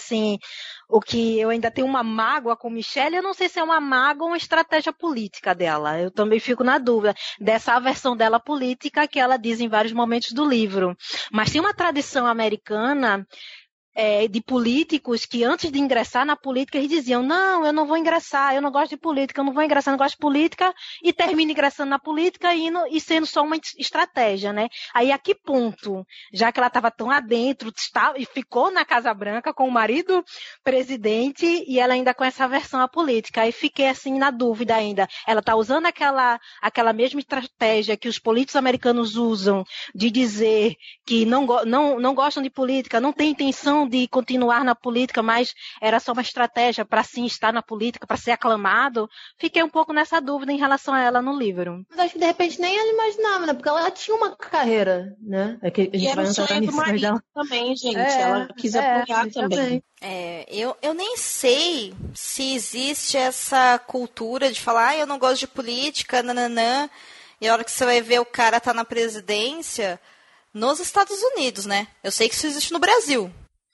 o que eu ainda tenho uma mágoa com Michelle, eu não sei se é uma mágoa ou uma estratégia política dela. Eu também fico na dúvida dessa aversão dela política que ela diz em vários momentos do livro. Mas tem uma tradição americana de políticos que antes de ingressar na política eles diziam, não, eu não vou ingressar, eu não gosto de política, eu não vou ingressar, eu não gosto de política, e termina ingressando na política e sendo só uma estratégia, né? Aí a que ponto, já que ela estava tão adentro e ficou na Casa Branca com o marido presidente e ela ainda com essa aversão à política, aí fiquei assim na dúvida ainda, ela está usando aquela mesma estratégia que os políticos americanos usam de dizer que não gostam de política, não tem intenção de continuar na política, mas era só uma estratégia para sim estar na política, para ser aclamado. Fiquei um pouco nessa dúvida em relação a ela no livro. Mas acho que de repente nem ela imaginava, né? Porque ela tinha uma carreira, né? E era o sonho do marido também, gente. Ela quis apoiar também. Eu nem sei se existe essa cultura de falar, eu não gosto de política, nananã, e a hora que você vai ver o cara tá na presidência nos Estados Unidos, né? Eu sei que isso existe no Brasil.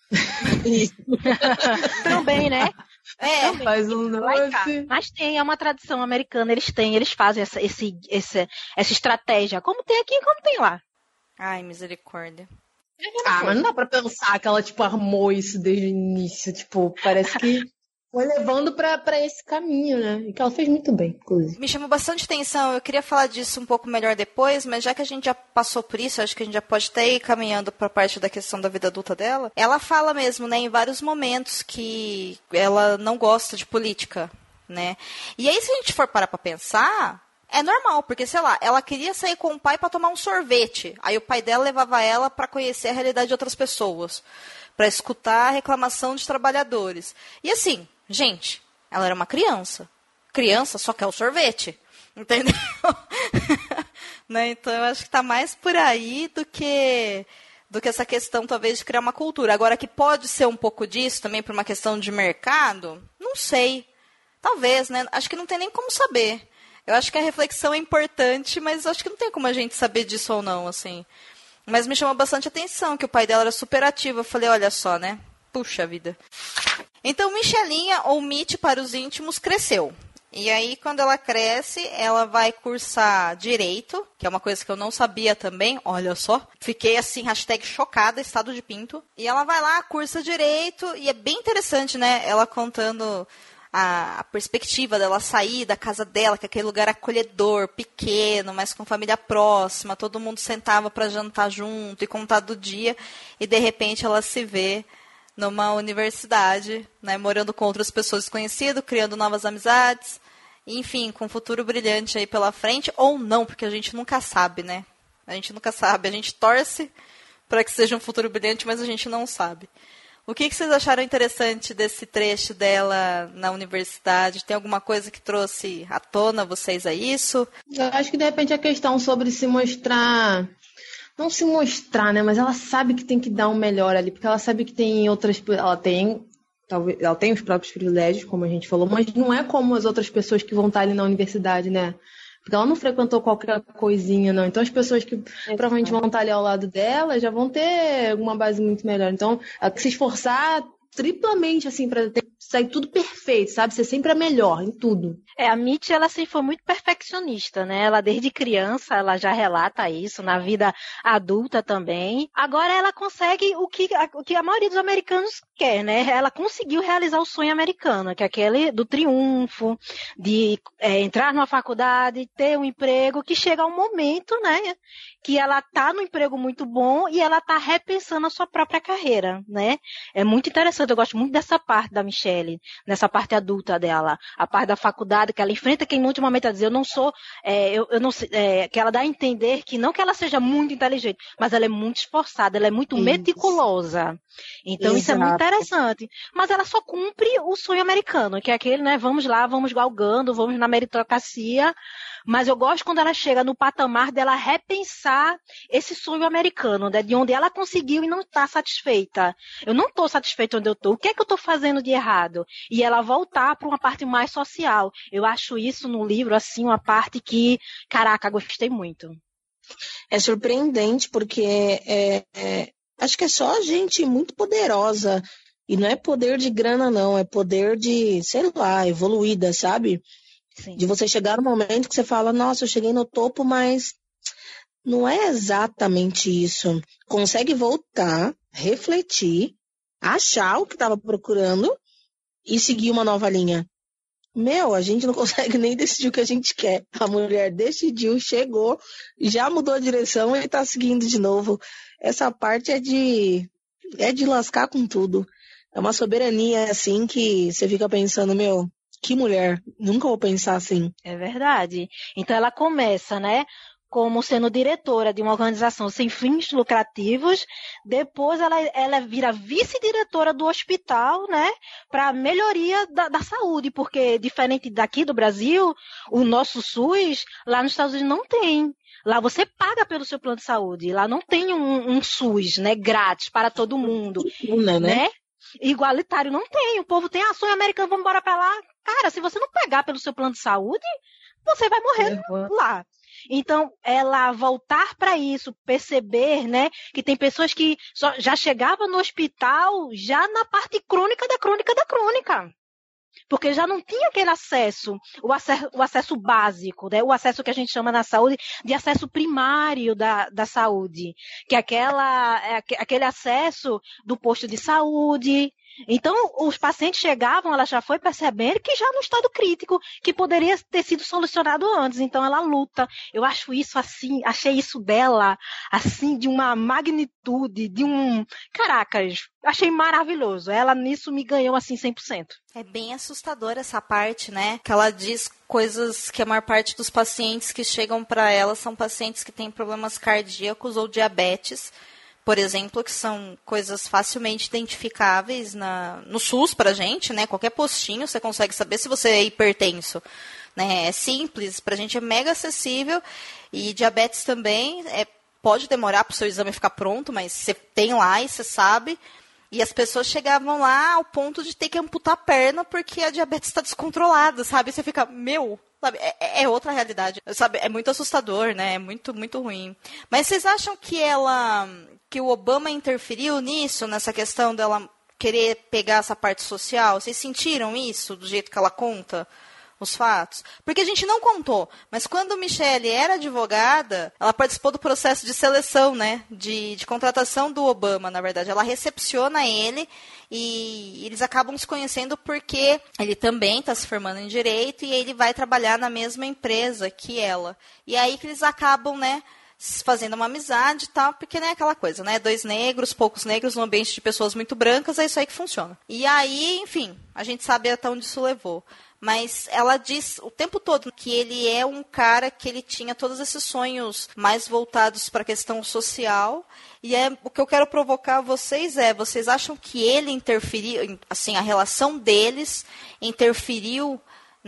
Também, né? Faz um negócio. Mas é uma tradição americana, eles fazem essa estratégia, como tem aqui e como tem lá. Ai, misericórdia. Mas não dá pra pensar que ela, armou isso desde o início, parece que foi levando pra esse caminho, né? E que ela fez muito bem, inclusive. Me chamou bastante atenção, eu queria falar disso um pouco melhor depois, mas já que a gente já passou por isso, acho que a gente já pode até ir caminhando pra parte da questão da vida adulta dela. Ela fala mesmo, né, em vários momentos que ela não gosta de política, né? E aí, se a gente for parar pra pensar, é normal, porque, sei lá, ela queria sair com o pai pra tomar um sorvete. Aí o pai dela levava ela pra conhecer a realidade de outras pessoas, pra escutar a reclamação de trabalhadores. E assim, gente, ela era uma criança. Criança só quer o sorvete. Entendeu? Né? Então, eu acho que tá mais por aí do que essa questão, talvez, de criar uma cultura. Agora, que pode ser um pouco disso também por uma questão de mercado, não sei. Talvez, né? Acho que não tem nem como saber. Eu acho que a reflexão é importante, mas acho que não tem como a gente saber disso ou não, assim. Mas me chamou bastante atenção que o pai dela era super ativo. Eu falei, olha só, né? Puxa vida. Então, Michelinha, ou Mitty para os íntimos, cresceu. E aí, quando ela cresce, ela vai cursar Direito, que é uma coisa que eu não sabia também, olha só. Fiquei assim, #chocada, estado de pinto. E ela vai lá, cursa Direito, e é bem interessante, né? Ela contando a perspectiva dela sair da casa dela, que é aquele lugar acolhedor, pequeno, mas com família próxima, todo mundo sentava para jantar junto e contar do dia, e de repente ela se vê numa universidade, né, morando com outras pessoas desconhecidas, criando novas amizades, enfim, com um futuro brilhante aí pela frente, ou não, porque a gente nunca sabe, né? A gente nunca sabe, a gente torce para que seja um futuro brilhante, mas a gente não sabe. O que vocês acharam interessante desse trecho dela na universidade? Tem alguma coisa que trouxe à tona vocês a isso? Eu acho que, de repente, a questão sobre se mostrar... Não se mostrar, né? Mas ela sabe que tem que dar um melhor ali, porque ela sabe que tem outras... Ela tem os próprios privilégios, como a gente falou, mas não é como as outras pessoas que vão estar ali na universidade, né? Porque ela não frequentou qualquer coisinha, não. Então, as pessoas que provavelmente vão estar ali ao lado dela já vão ter uma base muito melhor. Então, ela tem que se esforçar triplamente, assim, para sair tudo perfeito, sabe? Ser sempre a melhor em tudo. A Mitty, ela assim, foi muito perfeccionista, né? Ela desde criança, ela já relata isso, na vida adulta também. Agora ela consegue o que a maioria dos americanos quer, né? Ela conseguiu realizar o sonho americano, que é aquele do triunfo, de entrar numa faculdade, ter um emprego, que chega um momento, né? Que ela tá no emprego muito bom e ela tá repensando a sua própria carreira, né? É muito interessante, eu gosto muito dessa parte da Michelle, nessa parte adulta dela, a parte da faculdade, que ela enfrenta quem muito momento a dizer, eu não sou, eu não sei, que ela dá a entender que não que ela seja muito inteligente, mas ela é muito esforçada, ela é muito meticulosa. Então isso é muito interessante. Mas ela só cumpre o sonho americano, que é aquele, né, vamos lá, vamos galgando, vamos na meritocracia, mas eu gosto quando ela chega no patamar dela repensar esse sonho americano, né, de onde ela conseguiu e não está satisfeita. Eu não estou satisfeita onde eu estou, o que é que eu estou fazendo de errado? E ela voltar para uma parte mais social. Eu acho isso no livro, assim, uma parte que, caraca, gostei muito. É surpreendente, porque acho que é só gente muito poderosa. E não é poder de grana, não. É poder de, sei lá, evoluída, sabe? Sim. De você chegar no momento que você fala, nossa, eu cheguei no topo, mas não é exatamente isso. Consegue voltar, refletir, achar o que estava procurando e seguir uma nova linha. A gente não consegue nem decidir o que a gente quer. A mulher decidiu, chegou, já mudou a direção e tá seguindo de novo. Essa parte é de lascar com tudo. É uma soberania, assim, que você fica pensando, que mulher, nunca vou pensar assim. É verdade. Então ela começa, né, como sendo diretora de uma organização sem fins lucrativos, depois ela vira vice-diretora do hospital, né, para melhoria da saúde, porque diferente daqui do Brasil, o nosso SUS, lá nos Estados Unidos não tem. Lá você paga pelo seu plano de saúde, lá não tem um SUS, né, grátis para todo mundo, né? Igualitário não tem, o povo tem sonho americano, vamos embora para lá. Cara, se você não pagar pelo seu plano de saúde, você vai morrer lá. Então, ela voltar para isso, perceber, né, que tem pessoas que já chegavam no hospital já na parte crônica da crônica da crônica. Porque já não tinha aquele acesso, o acesso básico, né? O acesso que a gente chama na saúde de acesso primário da saúde, que é aquele acesso do posto de saúde. Então, os pacientes chegavam, ela já foi percebendo que já no estado crítico, que poderia ter sido solucionado antes. Então, ela luta. Eu acho isso assim, achei isso dela, assim, de uma magnitude, Caracas, achei maravilhoso. Ela nisso me ganhou, assim, 100%. É bem assustadora essa parte, né? Que ela diz coisas que a maior parte dos pacientes que chegam para ela são pacientes que têm problemas cardíacos ou diabetes, por exemplo, que são coisas facilmente identificáveis no SUS pra gente, né? Qualquer postinho você consegue saber se você é hipertenso, né? É simples, pra gente é mega acessível. E diabetes também, pode demorar pro seu exame ficar pronto, mas você tem lá e você sabe. E as pessoas chegavam lá ao ponto de ter que amputar a perna porque a diabetes está descontrolada, sabe? E você fica, sabe? É outra realidade, sabe? É muito assustador, né? É muito, muito ruim. Mas vocês acham que o Obama interferiu nisso, nessa questão dela querer pegar essa parte social? Vocês sentiram isso do jeito que ela conta os fatos? Porque a gente não contou, mas quando Michelle era advogada, ela participou do processo de seleção, né, de contratação do Obama, na verdade. Ela recepciona ele e eles acabam se conhecendo porque ele também está se formando em Direito e ele vai trabalhar na mesma empresa que ela. E aí que eles acabam, né, fazendo uma amizade e tal, porque, né, aquela coisa, né, 2 negros, poucos negros, num ambiente de pessoas muito brancas, é isso aí que funciona. E aí, enfim, a gente sabe até onde isso levou. Mas ela diz o tempo todo que ele é um cara que ele tinha todos esses sonhos mais voltados para a questão social. E o que eu quero provocar vocês vocês acham que ele interferiu, assim, a relação deles interferiu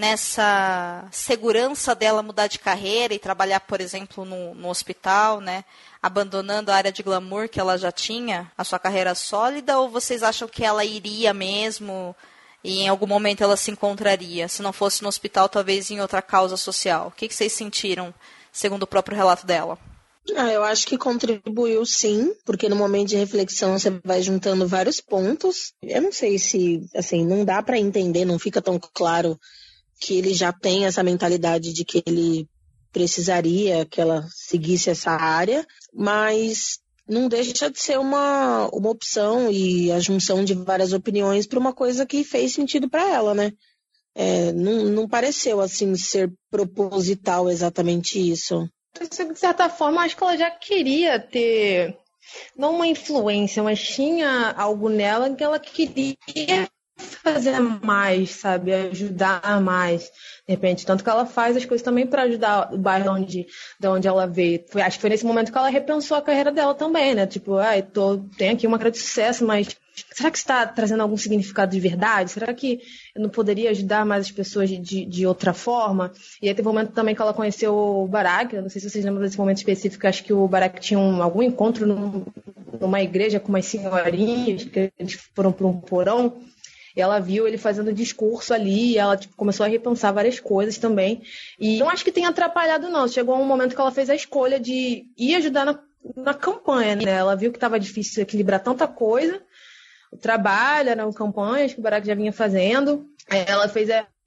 nessa segurança dela mudar de carreira e trabalhar, por exemplo, no hospital, né? Abandonando a área de glamour que ela já tinha, a sua carreira sólida, ou vocês acham que ela iria mesmo e em algum momento ela se encontraria? Se não fosse no hospital, talvez em outra causa social. O que vocês sentiram, segundo o próprio relato dela? Eu acho que contribuiu sim, porque no momento de reflexão você vai juntando vários pontos. Eu não sei se, assim, não dá para entender, não fica tão claro que ele já tem essa mentalidade de que ele precisaria que ela seguisse essa área, mas não deixa de ser uma opção e a junção de várias opiniões para uma coisa que fez sentido para ela, né? Não pareceu, assim, ser proposital exatamente isso. De certa forma, acho que ela já queria ter, não uma influência, mas tinha algo nela que ela queria fazer mais, sabe? Ajudar mais, de repente. Tanto que ela faz as coisas também para ajudar o bairro de onde ela veio. Acho que foi nesse momento que ela repensou a carreira dela também, né? Tipo, tenho aqui uma carreira de sucesso, mas será que está trazendo algum significado de verdade? Será que eu não poderia ajudar mais as pessoas de outra forma? E aí teve um momento também que ela conheceu o Barack. Eu não sei se vocês lembram desse momento específico. Acho que o Barack tinha algum encontro numa igreja com umas senhorinhas, que eles foram para um porão. E ela viu ele fazendo discurso ali, e ela começou a repensar várias coisas também. E não acho que tenha atrapalhado, não. Chegou um momento que ela fez a escolha de ir ajudar na campanha, né? Ela viu que estava difícil equilibrar tanta coisa, o trabalho, eram campanhas que o Barack já vinha fazendo. Ela fez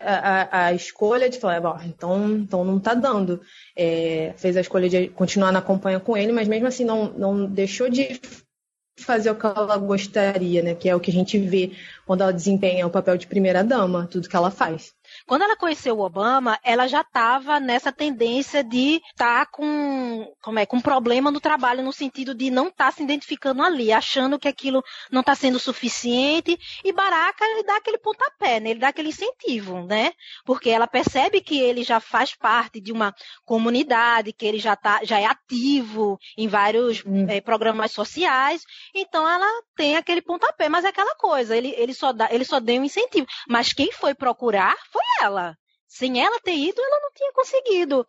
a escolha de falar, então não está dando. Fez a escolha de continuar na campanha com ele, mas mesmo assim não deixou de fazer o que ela gostaria, né? Que é o que a gente vê quando ela desempenha o papel de primeira-dama, tudo que ela faz. Quando ela conheceu o Obama, ela já estava nessa tendência de estar com problema no trabalho, no sentido de não estar se identificando ali, achando que aquilo não está sendo suficiente. E Barack, ele dá aquele pontapé, né? Ele dá aquele incentivo, né? Porque ela percebe que ele já faz parte de uma comunidade, que ele já é ativo em vários programas sociais. Então ela tem aquele pontapé, mas é aquela coisa, ele só deu um incentivo. Mas quem foi procurar foi ela. Sem ela ter ido, ela não tinha conseguido.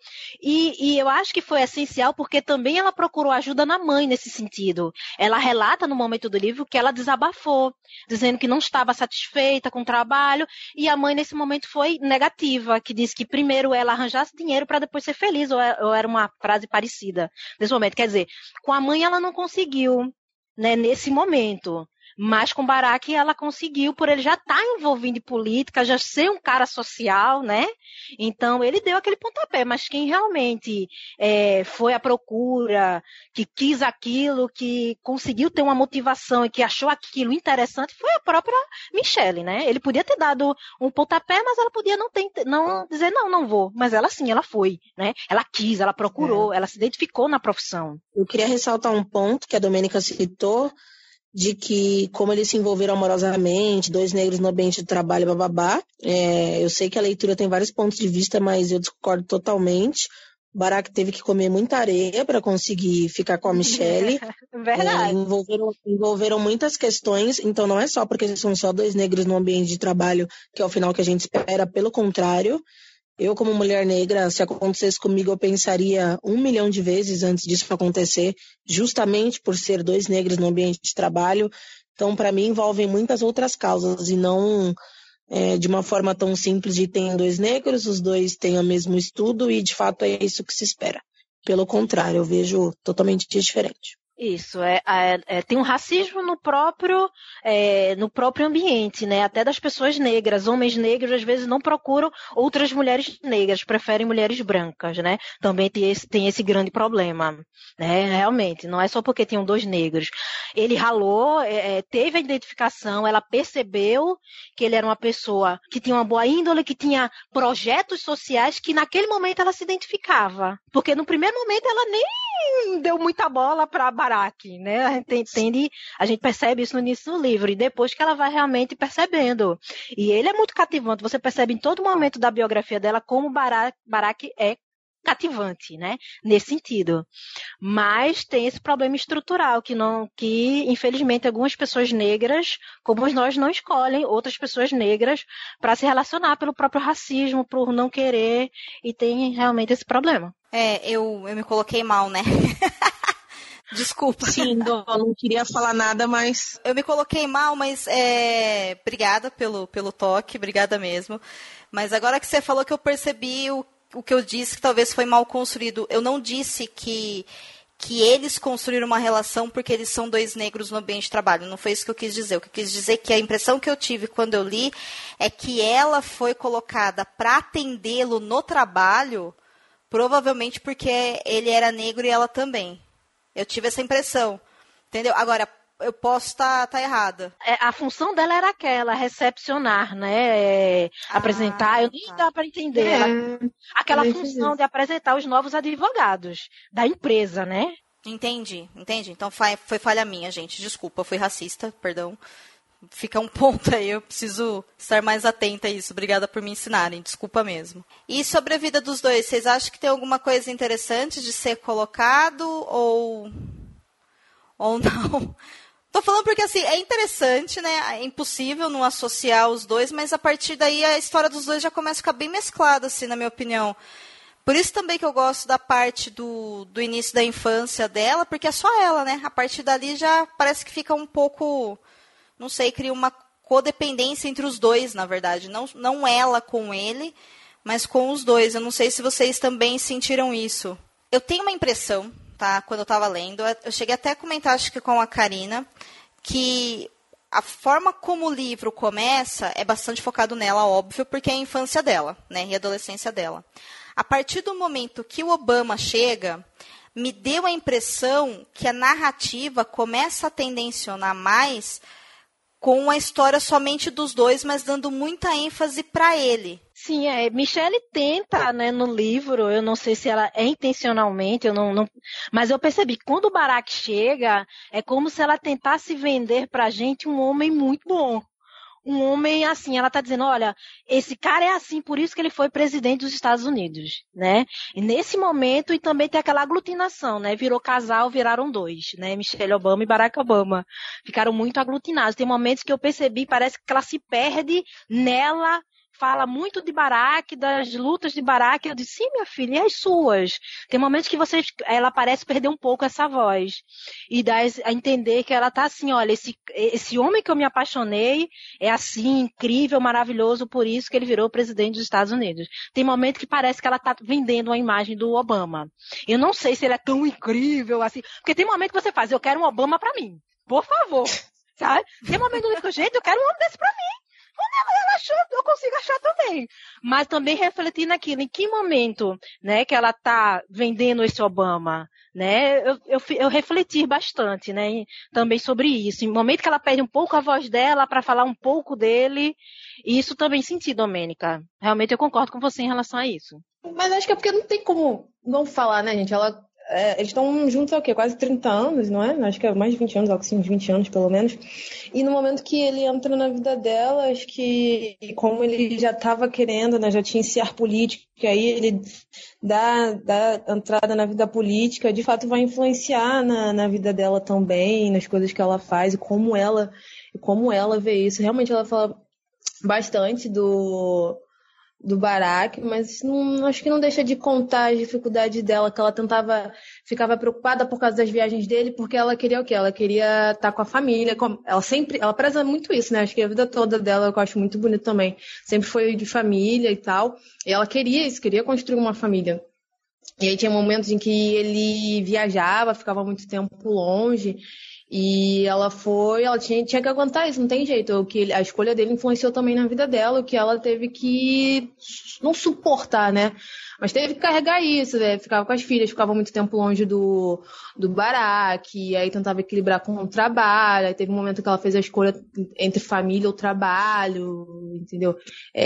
E eu acho que foi essencial porque também ela procurou ajuda na mãe nesse sentido. Ela relata no momento do livro que ela desabafou, dizendo que não estava satisfeita com o trabalho, e a mãe nesse momento foi negativa, que disse que primeiro ela arranjasse dinheiro para depois ser feliz, ou era uma frase parecida nesse momento. Quer dizer, com a mãe ela não conseguiu, né, nesse momento. Mas com Barack ela conseguiu, por ele já estar envolvido em política, já ser um cara social, né? Então ele deu aquele pontapé, mas quem realmente foi à procura, que quis aquilo, que conseguiu ter uma motivação e que achou aquilo interessante, foi a própria Michelle, né? Ele podia ter dado um pontapé, mas ela podia não dizer não vou. Mas ela sim, ela foi, né? Ela quis, ela procurou, ela se identificou na profissão. Eu queria ressaltar um ponto que a Domênica citou, de que, como eles se envolveram amorosamente, 2 negros no ambiente de trabalho, bababá. Eu sei que a leitura tem vários pontos de vista, mas eu discordo totalmente. Barack teve que comer muita areia para conseguir ficar com a Michelle. Verdade. Envolveram muitas questões, então não é só porque são só 2 negros no ambiente de trabalho que é o final que a gente espera, pelo contrário. Eu, como mulher negra, se acontecesse comigo, eu pensaria 1 milhão de vezes antes disso acontecer, justamente por ser 2 negros no ambiente de trabalho. Então, para mim, envolvem muitas outras causas e não de uma forma tão simples de tem 2 negros, os 2 têm o mesmo estudo e, de fato, é isso que se espera. Pelo contrário, eu vejo totalmente diferente. Isso, tem um racismo no próprio ambiente, né? Até das pessoas negras. Homens negros às vezes não procuram outras mulheres negras, preferem mulheres brancas, né? Também tem esse grande problema, né? Realmente, não é só porque tinham 2 negros. Ele ralou, teve a identificação, ela percebeu que ele era uma pessoa que tinha uma boa índole, que tinha projetos sociais, que naquele momento ela se identificava. Porque no primeiro momento ela nem deu muita bola para Barack, né? A gente percebe isso no início do livro, e depois que ela vai realmente percebendo. E ele é muito cativante, você percebe em todo momento da biografia dela como Barack é cativante, né? Nesse sentido. Mas tem esse problema estrutural que infelizmente algumas pessoas negras, como nós, não escolhem outras pessoas negras para se relacionar pelo próprio racismo, por não querer, e tem realmente esse problema. Eu me coloquei mal, né? Desculpa. Sim, eu não queria falar nada, mas... Eu me coloquei mal, mas obrigada pelo toque, obrigada mesmo. Mas agora que você falou que eu percebi o que eu disse, que talvez foi mal construído. Eu não disse que que eles construíram uma relação porque eles são dois negros no ambiente de trabalho. Não foi isso que eu quis dizer. O que eu quis dizer é que a impressão que eu tive quando eu li é que ela foi colocada para atendê-lo no trabalho, provavelmente porque ele era negro e ela também. Eu tive essa impressão. Entendeu? Agora, eu posso estar errada. A função dela era aquela, recepcionar, né? Apresentar, eu nem dá para entender. Aquela função de apresentar os novos advogados da empresa, né? Entendi. Então foi falha minha, gente. Desculpa, eu fui racista, perdão. Fica um ponto aí, eu preciso estar mais atenta a isso. Obrigada por me ensinarem, desculpa mesmo. E sobre a vida dos dois, vocês acham que tem alguma coisa interessante de ser colocado ou não? Tô falando porque, assim, é interessante, né? É impossível não associar os dois, mas a partir daí a história dos dois já começa a ficar bem mesclada, assim, na minha opinião. Por isso também que eu gosto da parte do início da infância dela, porque é só ela, né? A partir dali já parece que fica um pouco, não sei, cria uma codependência entre os dois, na verdade. Não ela com ele, mas com os dois. Eu não sei se vocês também sentiram isso. Eu tenho uma impressão... Tá? Quando eu estava lendo, eu cheguei até a comentar, acho que com a Karina, que a forma como o livro começa é bastante focado nela, óbvio, porque é a infância dela, né, e a adolescência dela. A partir do momento que o Obama chega, me deu a impressão que a narrativa começa a tendencionar mais com a história somente dos dois, mas dando muita ênfase para ele. Sim, Michelle tenta, né, no livro, eu não sei se ela é intencionalmente, mas eu percebi que quando o Barack chega, é como se ela tentasse vender pra gente um homem muito bom. Um homem assim, ela tá dizendo, olha, esse cara é assim, por isso que ele foi presidente dos Estados Unidos, né? E nesse momento, e também tem aquela aglutinação, né? Virou casal, viraram dois, né? Michelle Obama e Barack Obama. Ficaram muito aglutinados. Tem momentos que eu percebi, parece que ela se perde nela, fala muito de Barack, das lutas de Barack. Eu disse, sim, minha filha, e as suas? Tem momentos que ela parece perder um pouco essa voz. E dá a entender que ela tá assim, olha, esse homem que eu me apaixonei é assim, incrível, maravilhoso, por isso que ele virou presidente dos Estados Unidos. Tem momentos que parece que ela tá vendendo a imagem do Obama. Eu não sei se ele é tão incrível assim, porque tem momento que você faz, eu quero um Obama pra mim. Por favor. Sabe? Tem momento que eu digo, gente, eu quero um homem desse pra mim. Ela achou, eu consigo achar também. Mas também refletir naquilo, em que momento, né, que ela está vendendo esse Obama, né? Eu refleti bastante, né, também sobre isso. Em momento que ela perde um pouco a voz dela para falar um pouco dele, e isso também senti, Domênica. Realmente eu concordo com você em relação a isso. Mas acho que é porque não tem como não falar, né, gente? Eles estão juntos há o quê? Quase 30 anos, não é? Acho que é mais de 20 anos, algo assim, uns 20 anos pelo menos. E no momento que ele entra na vida dela, acho que como ele já estava querendo, né, já tinha esse ar político, que aí ele dá entrada na vida política, de fato vai influenciar na vida dela também, nas coisas que ela faz e como ela vê isso. Realmente ela fala bastante do Barack, mas acho que não deixa de contar as dificuldades dela, que ela ficava preocupada por causa das viagens dele, porque ela queria o quê? Ela queria estar com a família, ela preza muito isso, né? Acho que a vida toda dela, eu acho muito bonito também, sempre foi de família e tal, e ela queria isso, queria construir uma família. E aí tinha momentos em que ele viajava, ficava muito tempo longe, e ela tinha que aguentar isso, não tem jeito. A escolha dele influenciou também na vida dela, o que ela teve que não suportar, né? Mas teve que carregar isso, né? Ficava com as filhas, ficava muito tempo longe do Barack, e aí tentava equilibrar com o trabalho, aí teve um momento que ela fez a escolha entre família ou trabalho, entendeu?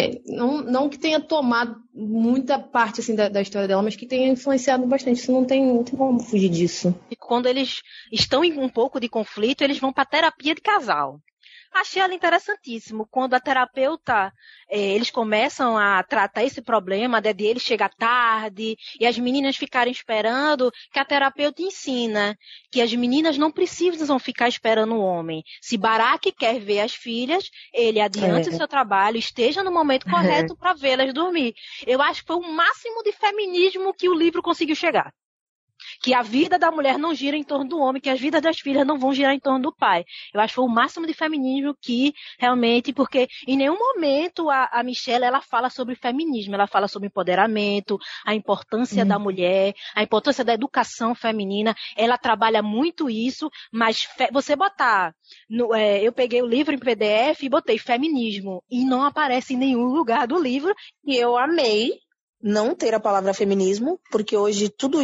Não que tenha tomado muita parte assim, da história dela, mas que tenha influenciado bastante, isso não tem como fugir disso. E quando eles estão em um pouco de conflito, eles vão para terapia de casal. Achei ela interessantíssimo. Quando a terapeuta, eles começam a tratar esse problema de ele chegar tarde e as meninas ficarem esperando, que a terapeuta ensina que as meninas não precisam ficar esperando o homem. Se Barack quer ver as filhas, ele adiante o seu trabalho, esteja no momento correto para vê-las dormir. Eu acho que foi o máximo de feminismo que o livro conseguiu chegar. que a vida da mulher não gira em torno do homem, que as vidas das filhas não vão girar em torno do pai. Eu acho que foi o máximo de feminismo que realmente, porque em nenhum momento a Michelle, ela fala sobre feminismo, ela fala sobre empoderamento, a importância da mulher, a importância da educação feminina, ela trabalha muito isso, mas você botar, eu peguei o livro em PDF e botei feminismo, e não aparece em nenhum lugar do livro. E eu amei não ter a palavra feminismo, porque hoje tudo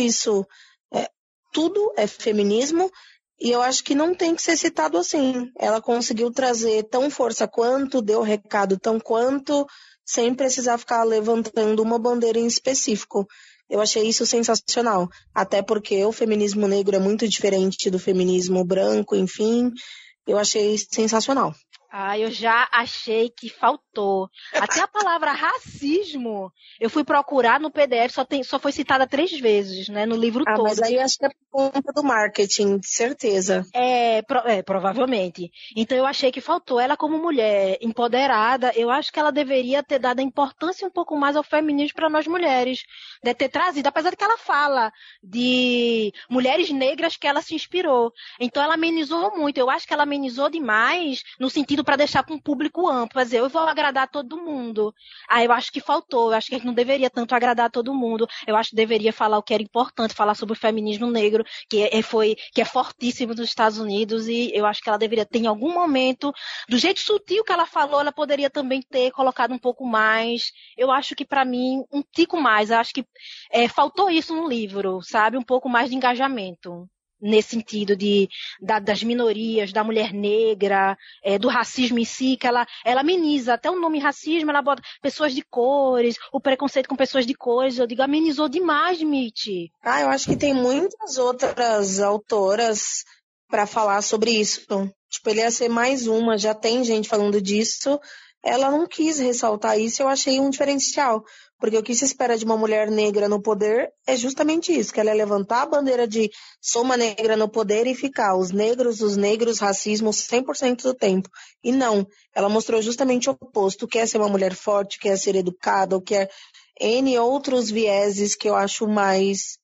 é feminismo, e eu acho que não tem que ser citado assim. Ela conseguiu trazer tão força quanto, deu recado tão quanto, sem precisar ficar levantando uma bandeira em específico. Eu achei isso sensacional, até porque o feminismo negro é muito diferente do feminismo branco, enfim, eu achei sensacional. Eu já achei que faltou. Até a palavra racismo, eu fui procurar no PDF, só foi citada 3 vezes, né, no livro todo. Mas aí acho que é por conta do marketing, certeza. Provavelmente. Então eu achei que faltou. Ela como mulher empoderada, eu acho que ela deveria ter dado a importância um pouco mais ao feminismo para nós mulheres. De ter trazido, apesar de que ela fala de mulheres negras que ela se inspirou. Então ela amenizou muito. Eu acho que ela amenizou demais no sentido para deixar com um público amplo. Quer dizer, eu vou agradar todo mundo. Eu acho que faltou. Eu acho que a gente não deveria tanto agradar todo mundo. Eu acho que deveria falar o que era importante, falar sobre o feminismo negro, que é fortíssimo nos Estados Unidos, e eu acho que ela deveria ter em algum momento, do jeito sutil que ela falou, ela poderia também ter colocado um pouco mais. Eu acho que para mim, um tico mais. Eu acho que faltou isso no livro, sabe? Um pouco mais de engajamento. Nesse sentido das minorias, da mulher negra, do racismo em si, que ela ameniza, até o nome racismo, ela bota pessoas de cores, o preconceito com pessoas de cores, eu digo, amenizou demais, Mitty. Eu acho que tem muitas outras autoras para falar sobre isso. Tipo, ele ia ser mais uma, já tem gente falando disso, ela não quis ressaltar isso, eu achei um diferencial. Porque o que se espera de uma mulher negra no poder é justamente isso, que ela é levantar a bandeira de sou uma negra no poder e ficar os negros, racismo 100% do tempo. E não, ela mostrou justamente o oposto, quer ser uma mulher forte, quer ser educada, ou quer N outros vieses que eu acho mais,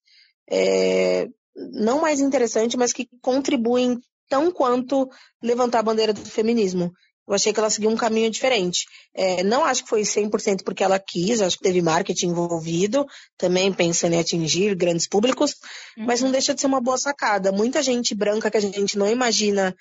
não mais interessante, mas que contribuem tão quanto levantar a bandeira do feminismo. Eu achei que ela seguiu um caminho diferente. Não acho que foi 100% porque ela quis, acho que teve marketing envolvido, também pensando em atingir grandes públicos, mas não deixa de ser uma boa sacada. Muita gente branca que a gente não imagina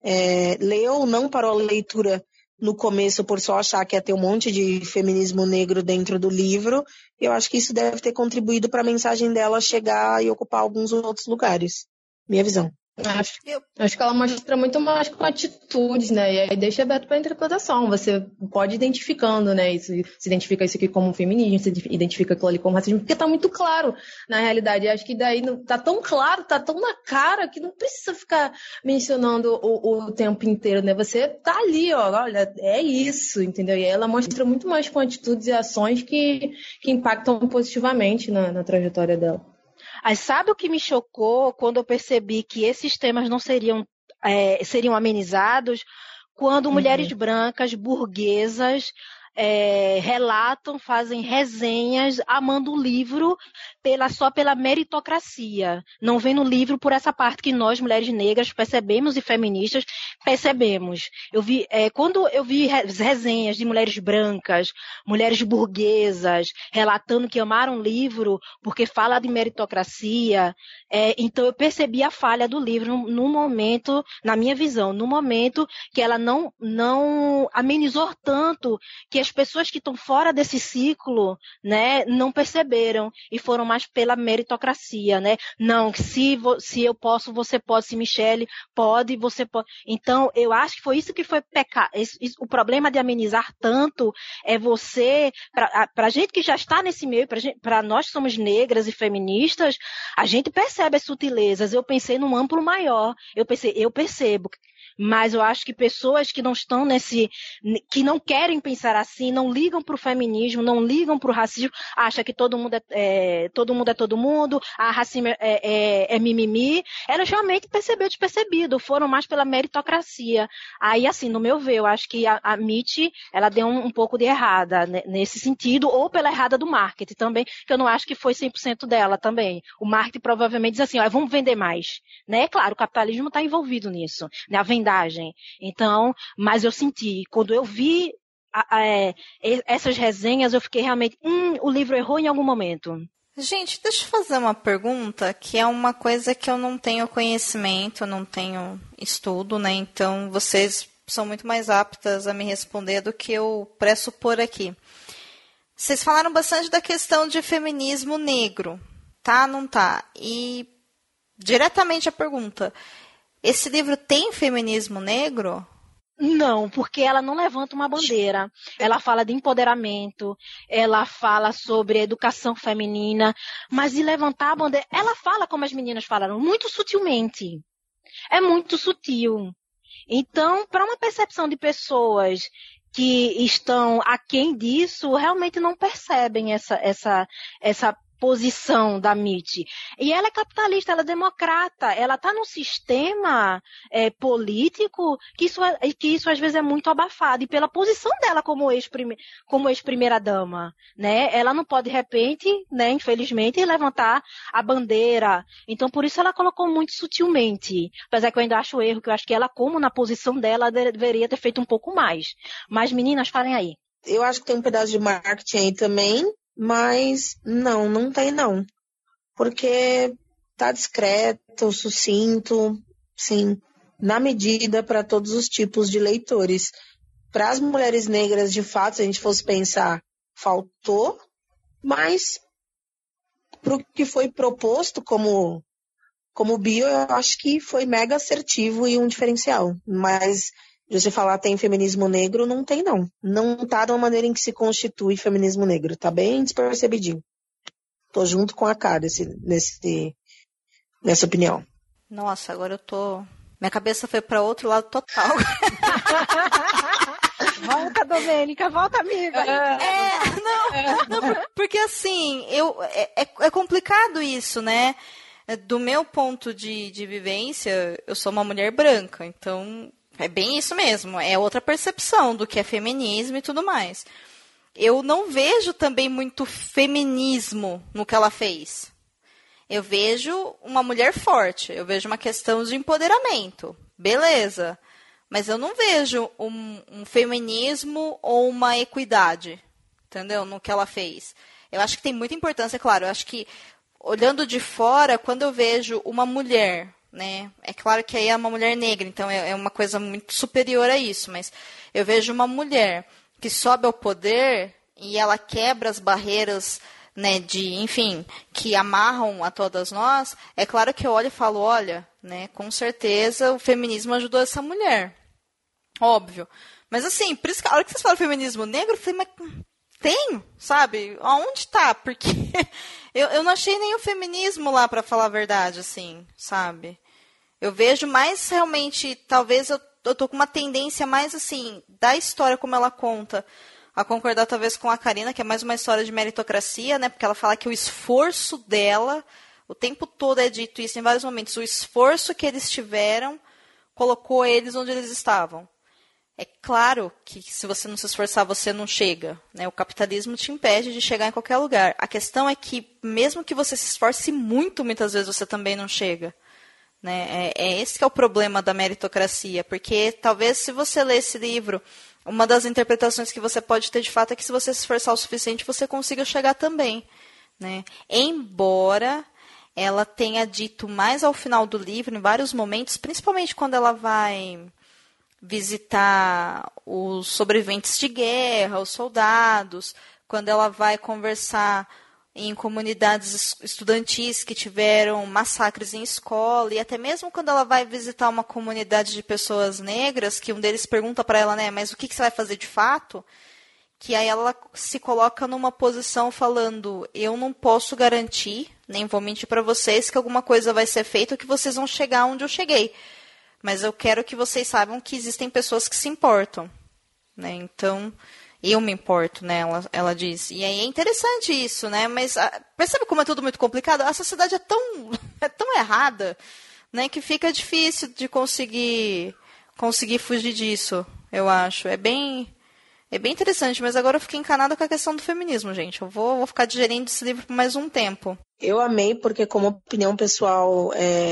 leu ou não parou a leitura no começo por só achar que ia ter um monte de feminismo negro dentro do livro. Eu acho que isso deve ter contribuído para a mensagem dela chegar e ocupar alguns outros lugares. Minha visão. Acho que ela mostra muito mais com atitudes, né? E aí deixa aberto para interpretação. Você pode ir identificando, né? Isso, se identifica isso aqui como feminismo, se identifica aquilo ali como racismo, porque tá muito claro na realidade. Acho que daí tá tão claro, tá tão na cara que não precisa ficar mencionando o tempo inteiro, né? Você tá ali, olha, é isso, entendeu? E aí ela mostra muito mais com atitudes e ações que impactam positivamente na trajetória dela. Aí sabe o que me chocou quando eu percebi que esses temas não seriam amenizados? Quando mulheres brancas, burguesas, relatam, fazem resenhas amando o livro só pela meritocracia. Não vem no livro por essa parte que nós, mulheres negras, percebemos e feministas percebemos. Quando eu vi resenhas de mulheres brancas, mulheres burguesas, relatando que amaram o livro porque fala de meritocracia, então eu percebi a falha do livro no momento, na minha visão, no momento que ela não amenizou tanto, que as pessoas que estão fora desse ciclo, né, não perceberam e foram mais pela meritocracia, né? Não, se eu posso, você pode, se Michelle pode, você pode. Então, eu acho que foi isso que foi pecar. O problema de amenizar tanto é você, pra gente que já está nesse meio, pra nós que somos negras e feministas, a gente percebe as sutilezas. Eu pensei num amplo maior. Eu percebo Mas eu acho que pessoas que não estão que não querem pensar assim, não ligam pro feminismo, não ligam pro racismo, acham que todo mundo é todo mundo, a racismo é mimimi, elas realmente perceberam despercebido, foram mais pela meritocracia. Aí, assim, no meu ver, eu acho que a Mitty, ela deu um pouco de errada nesse sentido, ou pela errada do marketing também, que eu não acho que foi 100% dela também. O marketing provavelmente diz assim, ó, vamos vender mais, né? Claro, o capitalismo está envolvido nisso, né? A vendagem. Então, mas eu senti, quando eu vi essas resenhas, eu fiquei realmente, o livro errou em algum momento. Gente, deixa eu fazer uma pergunta, que é uma coisa que eu não tenho conhecimento, não tenho estudo, né? Então, vocês são muito mais aptas a me responder do que eu pressupor aqui. Vocês falaram bastante da questão de feminismo negro, tá? Não tá? E, diretamente a pergunta, esse livro tem feminismo negro? Não, porque ela não levanta uma bandeira. Ela fala de empoderamento, ela fala sobre educação feminina, mas de levantar a bandeira, ela fala como as meninas falaram, muito sutilmente. É muito sutil. Então, para uma percepção de pessoas que estão aquém disso, realmente não percebem essa posição da Mitty. E ela é capitalista, ela é democrata, ela está num sistema político que isso às vezes é muito abafado, e pela posição dela como ex-primeira-dama, né? Ela não pode, de repente, né, infelizmente, levantar a bandeira. Então, por isso ela colocou muito sutilmente. Apesar que eu ainda acho erro, que eu acho que ela, como na posição dela, deveria ter feito um pouco mais. Mas, meninas, falem aí. Eu acho que tem um pedaço de marketing aí também, mas não tem não. Porque tá discreto, sucinto, sim, na medida para todos os tipos de leitores. Para as mulheres negras, de fato, se a gente fosse pensar, faltou, mas para o que foi proposto como bio, eu acho que foi mega assertivo e um diferencial. Mas de você falar tem feminismo negro, não tem não. Não tá da maneira em que se constitui feminismo negro. Tá bem despercebidinho. Tô junto com a cara nessa opinião. Nossa, agora eu tô... Minha cabeça foi para outro lado total. Volta, Domênica, volta, amiga. Não, porque assim, é complicado isso, né? Do meu ponto de vivência, eu sou uma mulher branca, então é bem isso mesmo, é outra percepção do que é feminismo e tudo mais. Eu não vejo também muito feminismo no que ela fez. Eu vejo uma mulher forte, eu vejo uma questão de empoderamento, beleza. Mas eu não vejo um feminismo ou uma equidade, entendeu? No que ela fez. Eu acho que tem muita importância, claro. Eu acho que, olhando de fora, quando eu vejo uma mulher, né? É claro que aí é uma mulher negra, então é uma coisa muito superior a isso. Mas eu vejo uma mulher que sobe ao poder e ela quebra as barreiras, né, enfim, que amarram a todas nós. É claro que eu olho e falo, olha, né, com certeza o feminismo ajudou essa mulher. Óbvio. Mas assim, por isso que a hora que vocês falam feminismo negro, eu falei, mas tem, sabe? Aonde tá? Porque eu não achei nenhum feminismo lá, pra falar a verdade, assim, sabe? Eu vejo mais realmente, talvez eu tô com uma tendência mais assim, da história como ela conta, a concordar talvez com a Karina, que é mais uma história de meritocracia, né? Porque ela fala que o esforço dela, o tempo todo é dito isso em vários momentos, o esforço que eles tiveram colocou eles onde eles estavam. É claro que se você não se esforçar, você não chega, né? O capitalismo te impede de chegar em qualquer lugar. A questão é que, mesmo que você se esforce muito, muitas vezes você também não chega. Né? Esse que é o problema da meritocracia, porque talvez se você ler esse livro, uma das interpretações que você pode ter de fato é que se você se esforçar o suficiente, você consiga chegar também. Né? Embora ela tenha dito mais ao final do livro, em vários momentos, principalmente quando ela vai visitar os sobreviventes de guerra, os soldados, quando ela vai conversar em comunidades estudantis que tiveram massacres em escola, e até mesmo quando ela vai visitar uma comunidade de pessoas negras, que um deles pergunta para ela, né, mas o que você vai fazer de fato? Que aí ela se coloca numa posição falando, eu não posso garantir, nem vou mentir para vocês, que alguma coisa vai ser feita ou que vocês vão chegar onde eu cheguei. mas eu quero que vocês saibam que existem pessoas que se importam, né? Então, eu me importo, né? Ela diz. E aí é interessante isso, né? Mas percebe como é tudo muito complicado? A sociedade é tão errada, né? Que fica difícil de conseguir fugir disso, eu acho. É bem interessante, mas agora eu fiquei encanada com a questão do feminismo, gente. Eu vou ficar digerindo esse livro por mais um tempo. Eu amei porque, como opinião pessoal,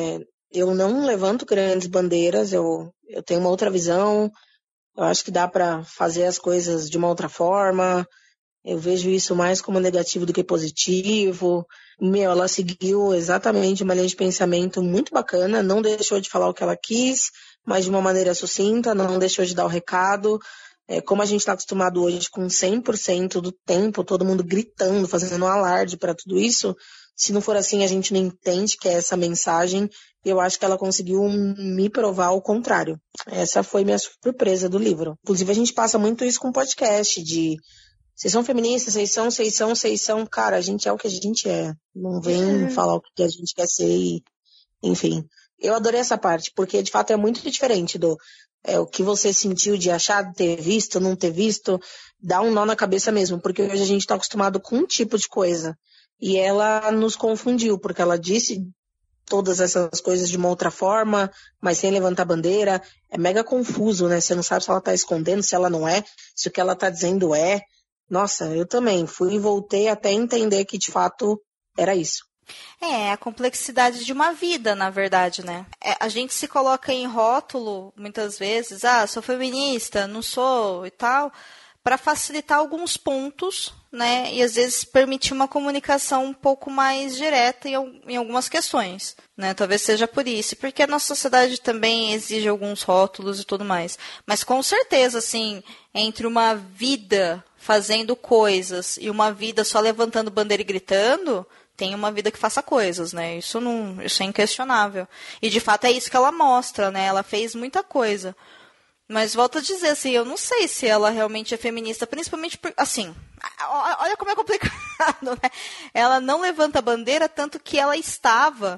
eu não levanto grandes bandeiras, eu tenho uma outra visão. Eu acho que dá para fazer as coisas de uma outra forma. Eu vejo isso mais como negativo do que positivo. Ela seguiu exatamente uma linha de pensamento muito bacana, não deixou de falar o que ela quis, mas de uma maneira sucinta, não deixou de dar o recado. Como a gente está acostumado hoje com 100% do tempo, todo mundo gritando, fazendo um alarde para tudo isso, se não for assim, a gente não entende que é essa mensagem. Eu acho que ela conseguiu me provar o contrário. Essa foi minha surpresa do livro. Inclusive, a gente passa muito isso com podcast, de vocês são feministas, vocês são. Cara, a gente é o que a gente é. Não vem falar o que a gente quer ser. Enfim, eu adorei essa parte, porque de fato é muito diferente do o que você sentiu de achar, de ter visto, não ter visto. Dá um nó na cabeça mesmo, porque hoje a gente está acostumado com um tipo de coisa. E ela nos confundiu, porque ela disse todas essas coisas de uma outra forma, mas sem levantar bandeira. É mega confuso, né? Você não sabe se ela tá escondendo, se ela não é, se o que ela tá dizendo é. Nossa, eu também fui e voltei até entender que de fato era isso. A complexidade de uma vida, na verdade, né? A gente se coloca em rótulo, muitas vezes, sou feminista, não sou e tal, para facilitar alguns pontos, né? E às vezes permitir uma comunicação um pouco mais direta em algumas questões, né? Talvez seja por isso, porque a nossa sociedade também exige alguns rótulos e tudo mais. Mas com certeza, assim, entre uma vida fazendo coisas e uma vida só levantando bandeira e gritando, tem uma vida que faça coisas, né? Isso é inquestionável. E de fato é isso que ela mostra, né? Ela fez muita coisa. Mas volto a dizer, assim, eu não sei se ela realmente é feminista, principalmente por, assim, olha como é complicado, né? Ela não levanta a bandeira, tanto que ela estava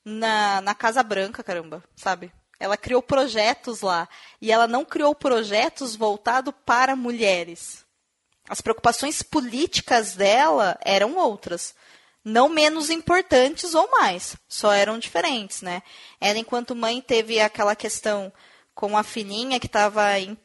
na Casa Branca, caramba, sabe? Ela criou projetos lá, e ela não criou projetos voltados para mulheres. As preocupações políticas dela eram outras. Não menos importantes ou mais, só eram diferentes, né? Ela, enquanto mãe, teve aquela questão com a filhinha que estava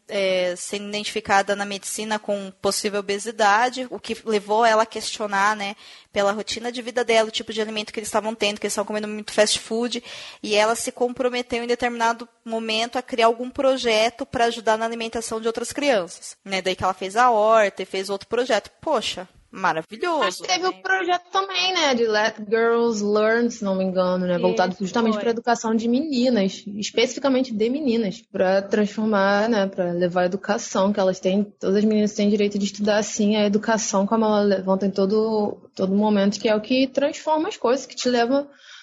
sendo identificada na medicina com possível obesidade, o que levou ela a questionar, né, pela rotina de vida dela, o tipo de alimento que eles estavam tendo, que eles estavam comendo muito fast food, e ela se comprometeu em determinado momento a criar algum projeto para ajudar na alimentação de outras crianças, né? Daí que ela fez a horta e fez outro projeto. Poxa, maravilhoso. Mas teve o projeto também, né, de Let Girls Learn, se não me engano, né, voltado justamente para a educação de meninas, especificamente de meninas, para transformar, né, para levar a educação que elas têm. Todas as meninas têm direito de estudar, assim, a educação como ela levanta em todo momento, que é o que transforma as coisas, que te leva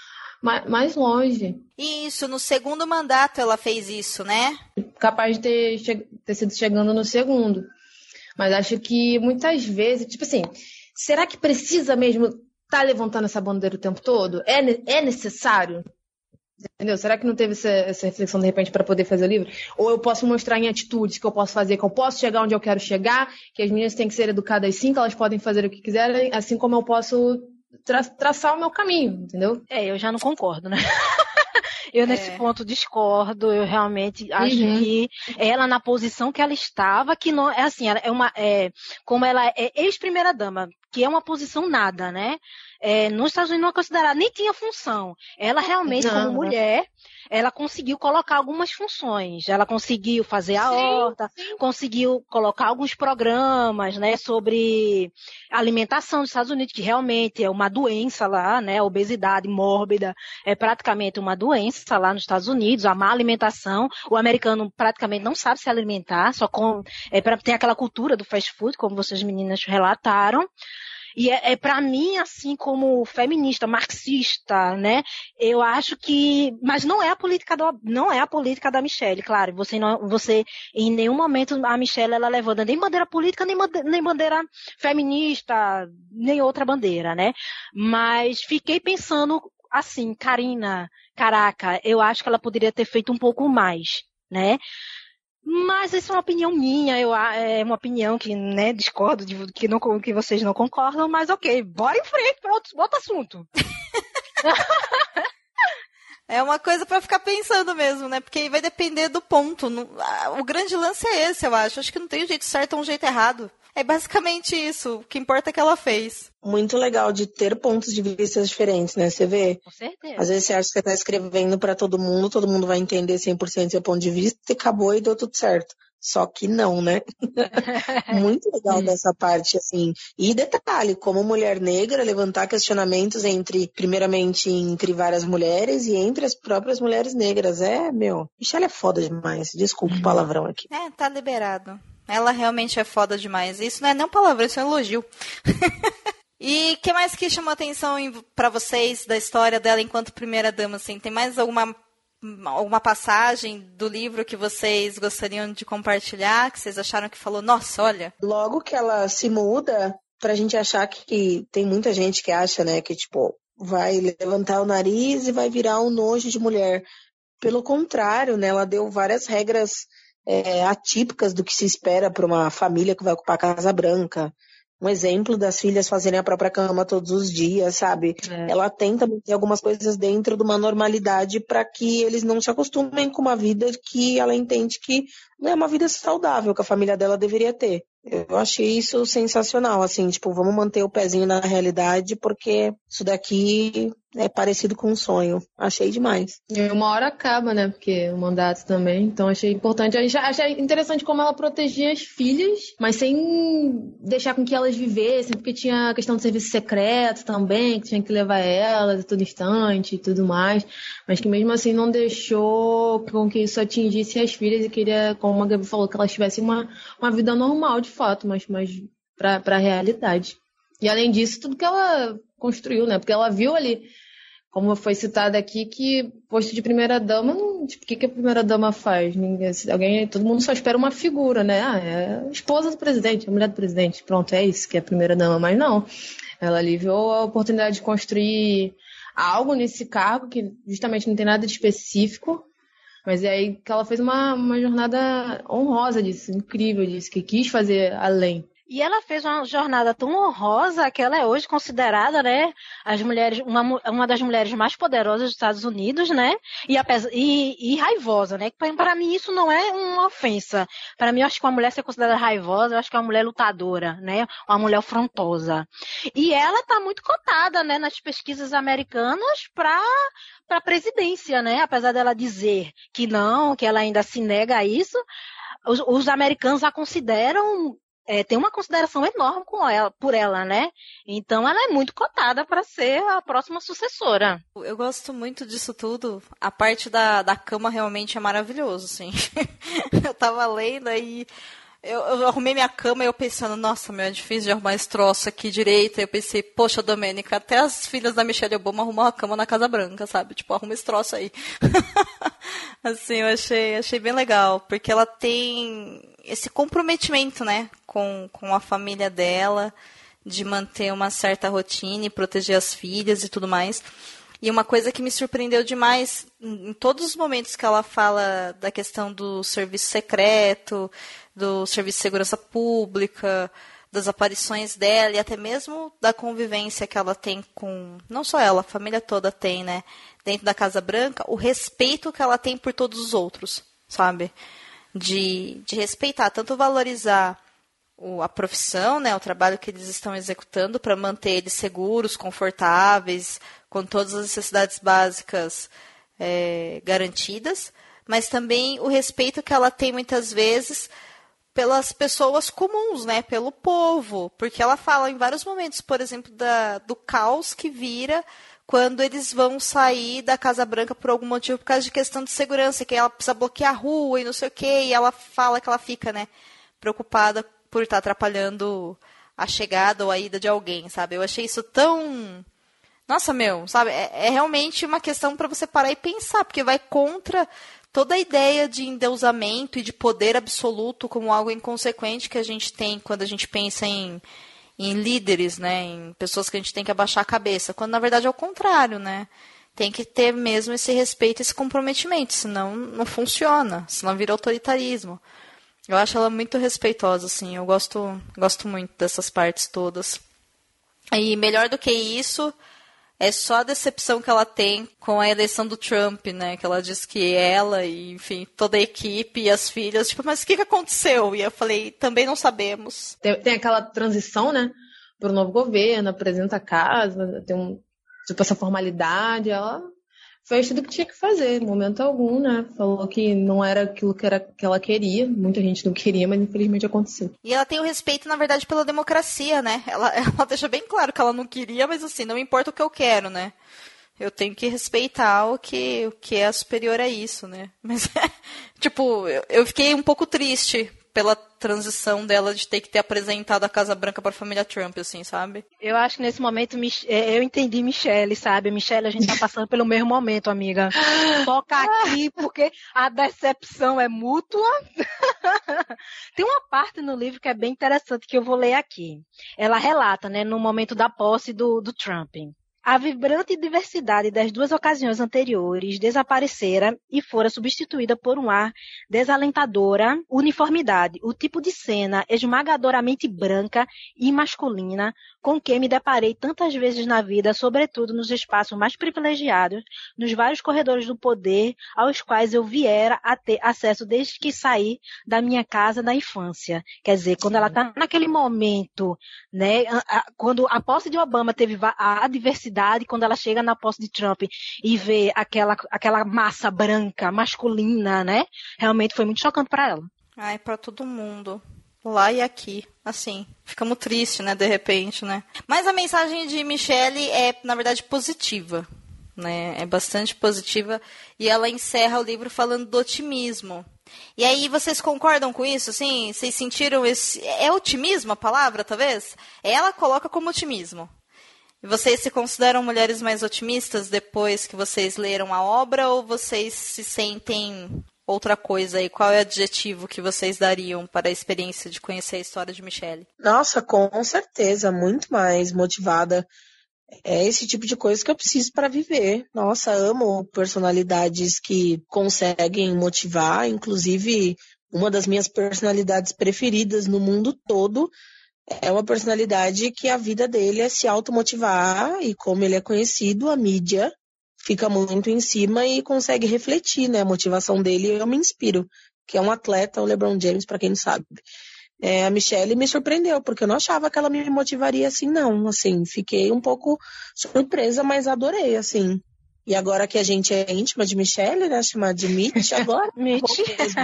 mais longe. Isso, no segundo mandato ela fez isso, né? Capaz de ter sido chegando no segundo. Mas acho que muitas vezes, tipo assim, será que precisa mesmo estar levantando essa bandeira o tempo todo? É necessário? Entendeu? Será que não teve essa reflexão de repente para poder fazer o livro? Ou eu posso mostrar em atitudes que eu posso fazer, que eu posso chegar onde eu quero chegar, que as meninas têm que ser educadas sim, que elas podem fazer o que quiserem, assim como eu posso traçar o meu caminho, entendeu? Eu já não concordo, né? Eu, nesse ponto, discordo. Eu realmente acho que ela, na posição que ela estava, que não é assim, como ela é ex-primeira-dama, que é uma posição nada, né? Nos Estados Unidos não é considerada, nem tinha função. Ela realmente, como mulher, ela conseguiu colocar algumas funções. Ela conseguiu fazer a horta, conseguiu colocar alguns programas, né, sobre alimentação dos Estados Unidos, que realmente é uma doença lá, né? A obesidade mórbida é praticamente uma doença lá nos Estados Unidos, a má alimentação. O americano praticamente não sabe se alimentar, tem aquela cultura do fast food, como vocês meninas relataram. E para mim, assim, como feminista, marxista, né, eu acho que, mas não é a política da Michelle, claro, você em nenhum momento a Michelle, ela levanta nem bandeira política, nem bandeira feminista, nem outra bandeira, né, mas fiquei pensando assim, Karina, caraca, eu acho que ela poderia ter feito um pouco mais, né? Mas isso é uma opinião minha, é uma opinião que, né, discordo que vocês não concordam, mas ok, bora em frente para outro assunto. É uma coisa pra ficar pensando mesmo, né? Porque vai depender do ponto. O grande lance é esse, eu acho. Acho que não tem um jeito certo ou um jeito errado. É basicamente isso. O que importa é que ela fez. Muito legal de ter pontos de vista diferentes, né? Você vê? Com certeza. Às vezes você acha que você tá escrevendo pra todo mundo vai entender 100% seu ponto de vista e acabou e deu tudo certo. Só que não, né? Muito legal dessa parte, assim. E detalhe, como mulher negra, levantar questionamentos primeiramente, entre várias mulheres e entre as próprias mulheres negras. Michelle é foda demais. Desculpa o palavrão aqui. Tá liberado. Ela realmente é foda demais. Isso não é nem um palavrão, isso é um elogio. E o que mais que chamou atenção pra vocês da história dela enquanto primeira dama, assim? Tem mais alguma passagem do livro que vocês gostariam de compartilhar, que vocês acharam que falou, nossa, olha... Logo que ela se muda, pra gente achar que tem muita gente que acha, né, que, tipo, vai levantar o nariz e vai virar um nojo de mulher. Pelo contrário, né, ela deu várias regras atípicas do que se espera para uma família que vai ocupar a Casa Branca. Um exemplo das filhas fazerem a própria cama todos os dias, sabe? Ela tenta manter algumas coisas dentro de uma normalidade para que eles não se acostumem com uma vida que ela entende que não é uma vida saudável que a família dela deveria ter. Eu achei isso sensacional, assim, tipo, vamos manter o pezinho na realidade porque isso daqui é parecido com um sonho. Achei demais. E uma hora acaba, né? Porque o mandato também. Então achei importante. Achei interessante como ela protegia as filhas, mas sem deixar com que elas vivessem, porque tinha a questão do serviço secreto também, que tinha que levar elas a todo instante e tudo mais. Mas que mesmo assim não deixou com que isso atingisse as filhas e queria, como a Gabi falou, que elas tivessem uma vida normal, de fato, mas pra realidade. E além disso, tudo que ela construiu, né? Porque ela viu ali, como foi citado aqui, que posto de primeira-dama, o que a primeira-dama faz? Todo mundo só espera uma figura, né? É a esposa do presidente, a mulher do presidente. Pronto, é isso que é a primeira-dama. Mas não, ela ali viu a oportunidade de construir algo nesse cargo, que justamente não tem nada de específico, mas é aí que ela fez uma jornada honrosa disso, incrível disso, que quis fazer além. E ela fez uma jornada tão honrosa que ela é hoje considerada, né, uma das mulheres mais poderosas dos Estados Unidos, né, e raivosa, né, para mim isso não é uma ofensa. Para mim, eu acho que uma mulher ser considerada raivosa, eu acho que é uma mulher lutadora, né, uma mulher afrontosa. E ela tá muito cotada, né, nas pesquisas americanas para presidência, né, apesar dela dizer que não, que ela ainda se nega a isso, os americanos a consideram... tem uma consideração enorme por ela, né? Então ela é muito cotada para ser a próxima sucessora. Eu gosto muito disso tudo. A parte da cama realmente é maravilhoso, assim. Eu tava lendo aí... Eu arrumei minha cama e eu pensando, nossa, é difícil de arrumar esse troço aqui direito. Aí eu pensei, poxa, Domênica, até as filhas da Michelle Obama arrumam uma cama na Casa Branca, sabe? Tipo, arruma esse troço aí. Assim, eu achei bem legal, porque ela tem esse comprometimento, né, com a família dela, de manter uma certa rotina e proteger as filhas e tudo mais. E uma coisa que me surpreendeu demais, em todos os momentos que ela fala da questão do serviço secreto, do serviço de segurança pública, das aparições dela e até mesmo da convivência que ela tem com... Não só ela, a família toda tem, né? Dentro da Casa Branca, o respeito que ela tem por todos os outros, sabe? De respeitar, tanto valorizar a profissão, né? O trabalho que eles estão executando para manter eles seguros, confortáveis, com todas as necessidades básicas garantidas, mas também o respeito que ela tem muitas vezes pelas pessoas comuns, né, pelo povo, porque ela fala em vários momentos, por exemplo, do caos que vira quando eles vão sair da Casa Branca por algum motivo, por causa de questão de segurança, que ela precisa bloquear a rua e não sei o quê, e ela fala que ela fica, né, preocupada por estar atrapalhando a chegada ou a ida de alguém, sabe? Eu achei isso tão... Nossa, sabe? É realmente uma questão para você parar e pensar, porque vai contra toda a ideia de endeusamento e de poder absoluto como algo inconsequente que a gente tem quando a gente pensa em líderes, né? Em pessoas que a gente tem que abaixar a cabeça, quando na verdade é o contrário, né? tem que ter mesmo esse respeito, esse comprometimento, senão não funciona, senão vira autoritarismo. Eu acho ela muito respeitosa, assim, eu gosto muito dessas partes todas. E melhor do que isso, é só a decepção que ela tem com a eleição do Trump, né? Que ela diz que ela e, enfim, toda a equipe e as filhas, tipo, mas o que aconteceu? E eu falei, também não sabemos. Tem aquela transição, né? Para o novo governo, apresenta a casa, tem tipo, essa formalidade, ela fez tudo o que tinha que fazer, em momento algum, né? Falou que não era aquilo que ela queria, muita gente não queria, mas infelizmente aconteceu. E ela tem o respeito, na verdade, pela democracia, né? Ela deixa bem claro que ela não queria, mas assim, não importa o que eu quero, né? Eu tenho que respeitar o que é superior a isso, né? Mas, tipo, eu fiquei um pouco triste pela transição dela de ter que ter apresentado a Casa Branca para a família Trump, assim, sabe? Eu acho que nesse momento eu entendi Michelle, sabe? Michelle, a gente tá passando pelo mesmo momento, amiga. Toca aqui, porque a decepção é mútua. Tem uma parte no livro que é bem interessante que eu vou ler aqui. Ela relata, né, no momento da posse do Trump. A vibrante diversidade das duas ocasiões anteriores desaparecera e fora substituída por um ar desalentadora uniformidade, o tipo de cena esmagadoramente branca e masculina com que me deparei tantas vezes na vida, sobretudo nos espaços mais privilegiados, nos vários corredores do poder aos quais eu viera a ter acesso desde que saí da minha casa da infância. Quer dizer, quando ela está naquele momento, né, quando a posse de Obama teve a diversidade, quando ela chega na posse de Trump e vê aquela massa branca, masculina, né? Realmente foi muito chocante para ela. Ai, para todo mundo. Lá e aqui. Assim, ficamos tristes, né? De repente, né? Mas a mensagem de Michelle é, na verdade, positiva. Né? É bastante positiva. E ela encerra o livro falando do otimismo. E aí, vocês concordam com isso? Assim, vocês sentiram esse... É otimismo a palavra, talvez? Ela coloca como otimismo. E vocês se consideram mulheres mais otimistas depois que vocês leram a obra ou vocês se sentem outra coisa? E qual é o adjetivo que vocês dariam para a experiência de conhecer a história de Michelle? Nossa, com certeza, muito mais motivada. É esse tipo de coisa que eu preciso para viver. Nossa, amo personalidades que conseguem motivar. Inclusive, uma das minhas personalidades preferidas no mundo todo é uma personalidade que a vida dele é se automotivar e como ele é conhecido, a mídia fica muito em cima e consegue refletir, né? A motivação dele eu me inspiro, que é um atleta, o LeBron James, para quem não sabe. A Michelle me surpreendeu, porque eu não achava que ela me motivaria assim, não. Assim, fiquei um pouco surpresa, mas adorei, assim. E agora que a gente é íntima de Michelle, né? Chamada de Mitch, agora. Mitch.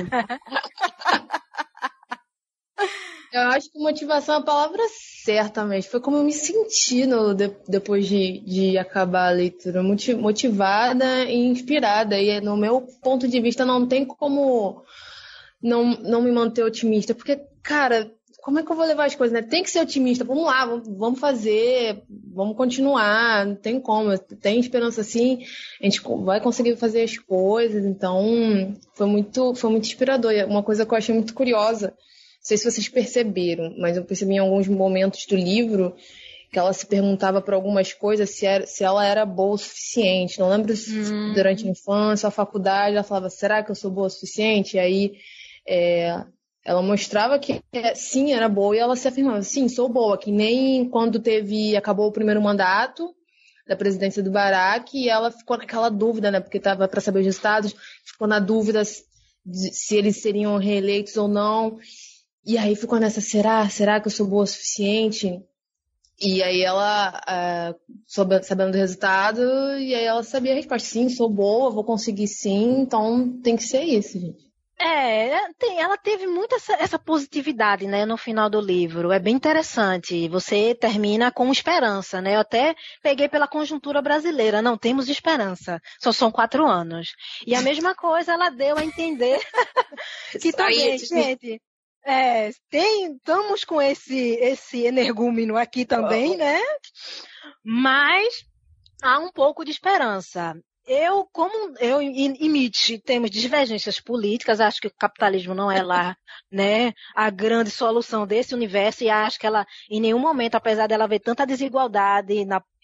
Eu acho que motivação é a palavra certa mesmo. Foi como eu me senti depois de acabar a leitura. Motivada e inspirada. E no meu ponto de vista não tem como não me manter otimista. Porque, cara, como é que eu vou levar as coisas, né? Tem que ser otimista. Vamos lá, vamos fazer, vamos continuar. Não tem como. Tem esperança sim. A gente vai conseguir fazer as coisas. Então, foi muito inspirador. E uma coisa que eu achei muito curiosa. Não sei se vocês perceberam, mas eu percebi em alguns momentos do livro que ela se perguntava por algumas coisas se ela era boa o suficiente. Não lembro se durante a infância, a faculdade, ela falava, será que eu sou boa o suficiente? E aí ela mostrava que sim, era boa, e ela se afirmava, sim, sou boa, que nem quando acabou o primeiro mandato da presidência do Barack, e ela ficou naquela dúvida, né, porque estava para saber os resultados, ficou na dúvida se eles seriam reeleitos ou não. E aí ficou nessa, será que eu sou boa o suficiente? E aí ela, sabendo do resultado, e aí ela sabia a resposta, sim, sou boa, vou conseguir sim, então tem que ser isso, gente. Ela teve muito essa positividade, né, no final do livro. É bem interessante. Você termina com esperança, né? Eu até peguei pela conjuntura brasileira. Não, temos esperança. Só são 4 anos. E a mesma coisa ela deu a entender que também, gente... estamos com esse energúmeno aqui também, né? Mas há um pouco de esperança. Eu e Mitch temos divergências políticas, acho que o capitalismo não é lá, né, a grande solução desse universo, e acho que ela, em nenhum momento, apesar dela ver tanta desigualdade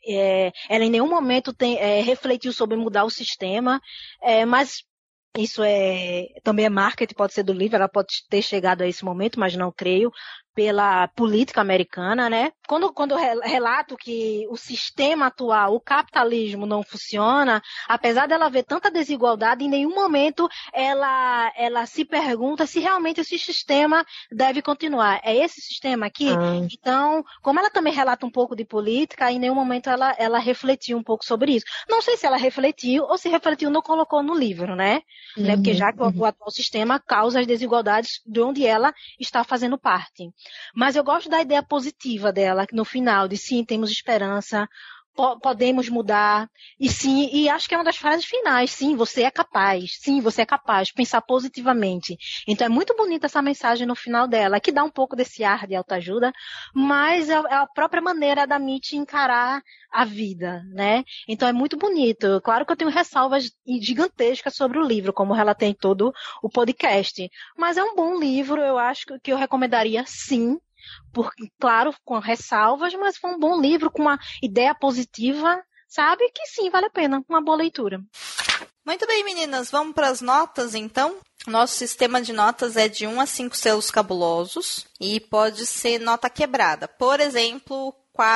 ela em nenhum momento refletiu sobre mudar o sistema, mas isso também é marketing, pode ser do livro, ela pode ter chegado a esse momento, mas não creio, pela política americana, né? Quando eu relato que o sistema atual, o capitalismo não funciona, apesar dela ver tanta desigualdade, em nenhum momento ela se pergunta se realmente esse sistema deve continuar. É esse sistema aqui? Então, como ela também relata um pouco de política, em nenhum momento ela refletiu um pouco sobre isso. Não sei se ela refletiu ou se refletiu não colocou no livro, né? Porque já que o atual sistema causa as desigualdades de onde ela está fazendo parte. Mas eu gosto da ideia positiva dela, no final, de sim, temos esperança, podemos mudar, e acho que é uma das frases finais, sim, você é capaz, pensar positivamente. Então é muito bonita essa mensagem no final dela, que dá um pouco desse ar de autoajuda, mas é a própria maneira da Mitty encarar a vida, né? Então é muito bonito. Claro que eu tenho ressalvas gigantescas sobre o livro, como ela tem todo o podcast, mas é um bom livro, eu acho que eu recomendaria sim, claro, com ressalvas, mas foi um bom livro, com uma ideia positiva, sabe? Que sim, vale a pena, uma boa leitura. Muito bem, meninas, vamos para as notas, então? Nosso sistema de notas é de 1 a 5 selos cabulosos e pode ser nota quebrada. Por exemplo,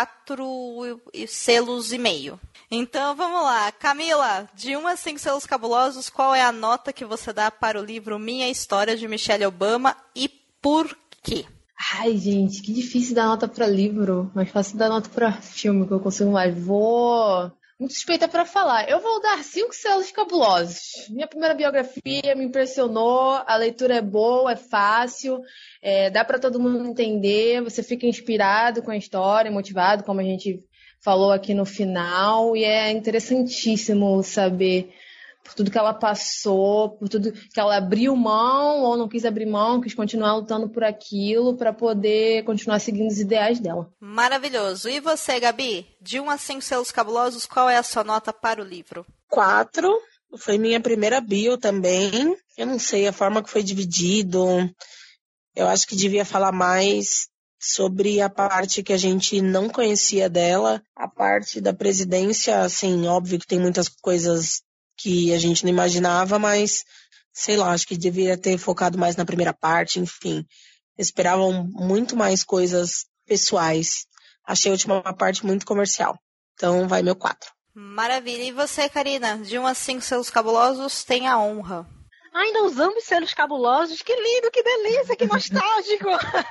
4 selos e meio. Então, vamos lá. Camila, de 1 a 5 selos cabulosos, qual é a nota que você dá para o livro Minha História, de Michelle Obama, e por quê? Ai, gente, que difícil dar nota pra livro, mas fácil dar nota pra filme, que eu consigo mais. Muito suspeita pra falar. Eu vou dar 5 selos cabulosos. Minha primeira biografia me impressionou, a leitura é boa, é fácil, dá pra todo mundo entender, você fica inspirado com a história, motivado, como a gente falou aqui no final, e é interessantíssimo saber por tudo que ela passou, por tudo que ela abriu mão ou não quis abrir mão, quis continuar lutando por aquilo para poder continuar seguindo os ideais dela. Maravilhoso. E você, Gabi? De 1 a 5 selos cabulosos, qual é a sua nota para o livro? 4. Foi minha primeira bio também. Eu não sei a forma que foi dividido. Eu acho que devia falar mais sobre a parte que a gente não conhecia dela. A parte da presidência, assim, óbvio que tem muitas coisas que a gente não imaginava, mas, sei lá, acho que deveria ter focado mais na primeira parte, enfim. Esperavam muito mais coisas pessoais. Achei a última parte muito comercial. Então, vai meu 4. Maravilha. E você, Karina? De 1 a 5 selos cabulosos, tem a honra. Ainda usamos selos cabulosos? Que lindo, que delícia, que nostálgico!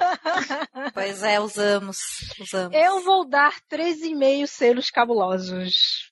Pois é, usamos. Eu vou dar 13,5 selos cabulosos.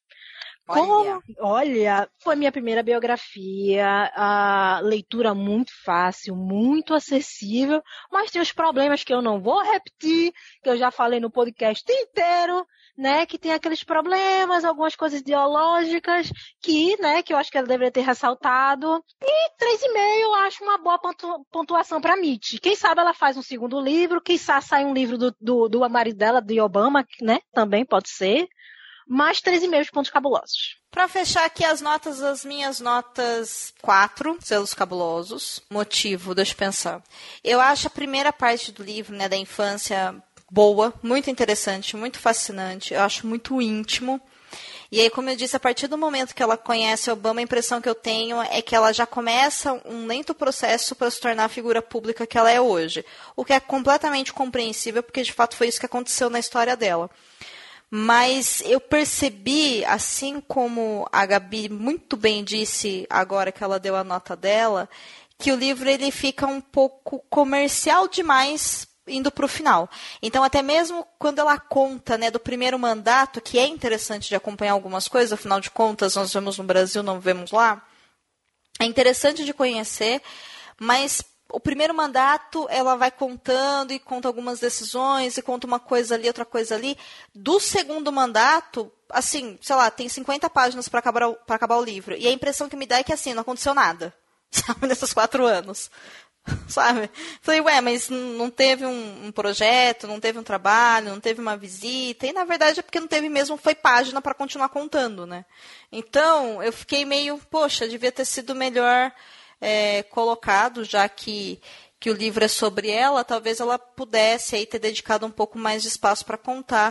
Olha, foi minha primeira biografia, a leitura muito fácil, muito acessível, mas tem os problemas que eu não vou repetir, que eu já falei no podcast inteiro, né, que tem aqueles problemas, algumas coisas ideológicas, que eu acho que ela deveria ter ressaltado, e 3,5 eu acho uma boa pontuação para Mitty. Quem sabe ela faz um segundo livro, quem sabe sai um livro do marido dela, de Obama, né, também pode ser. Mais 13,5 pontos cabulosos. Para fechar aqui as minhas notas, 4 selos cabulosos. Motivo, deixa eu pensar. Eu acho a primeira parte do livro, né, da infância, boa, muito interessante, muito fascinante. Eu acho muito íntimo. E aí, como eu disse, a partir do momento que ela conhece Obama, a impressão que eu tenho é que ela já começa um lento processo para se tornar a figura pública que ela é hoje. O que é completamente compreensível, porque de fato foi isso que aconteceu na história dela. Mas eu percebi, assim como a Gabi muito bem disse agora que ela deu a nota dela, que o livro ele fica um pouco comercial demais indo para o final. Então, até mesmo quando ela conta, né, do primeiro mandato, que é interessante de acompanhar algumas coisas, afinal de contas, nós vemos no Brasil, não vemos lá, é interessante de conhecer, mas o primeiro mandato, ela vai contando e conta algumas decisões e conta uma coisa ali, outra coisa ali. Do segundo mandato, assim, sei lá, tem 50 páginas para acabar o livro. E a impressão que me dá é que, assim, não aconteceu nada, sabe, nesses 4 anos, sabe? Falei, mas não teve um projeto, não teve um trabalho, não teve uma visita. E, na verdade, é porque não teve mesmo, foi página para continuar contando, né? Então, eu fiquei meio, poxa, devia ter sido melhor colocado, já que o livro é sobre ela, talvez ela pudesse aí ter dedicado um pouco mais de espaço para contar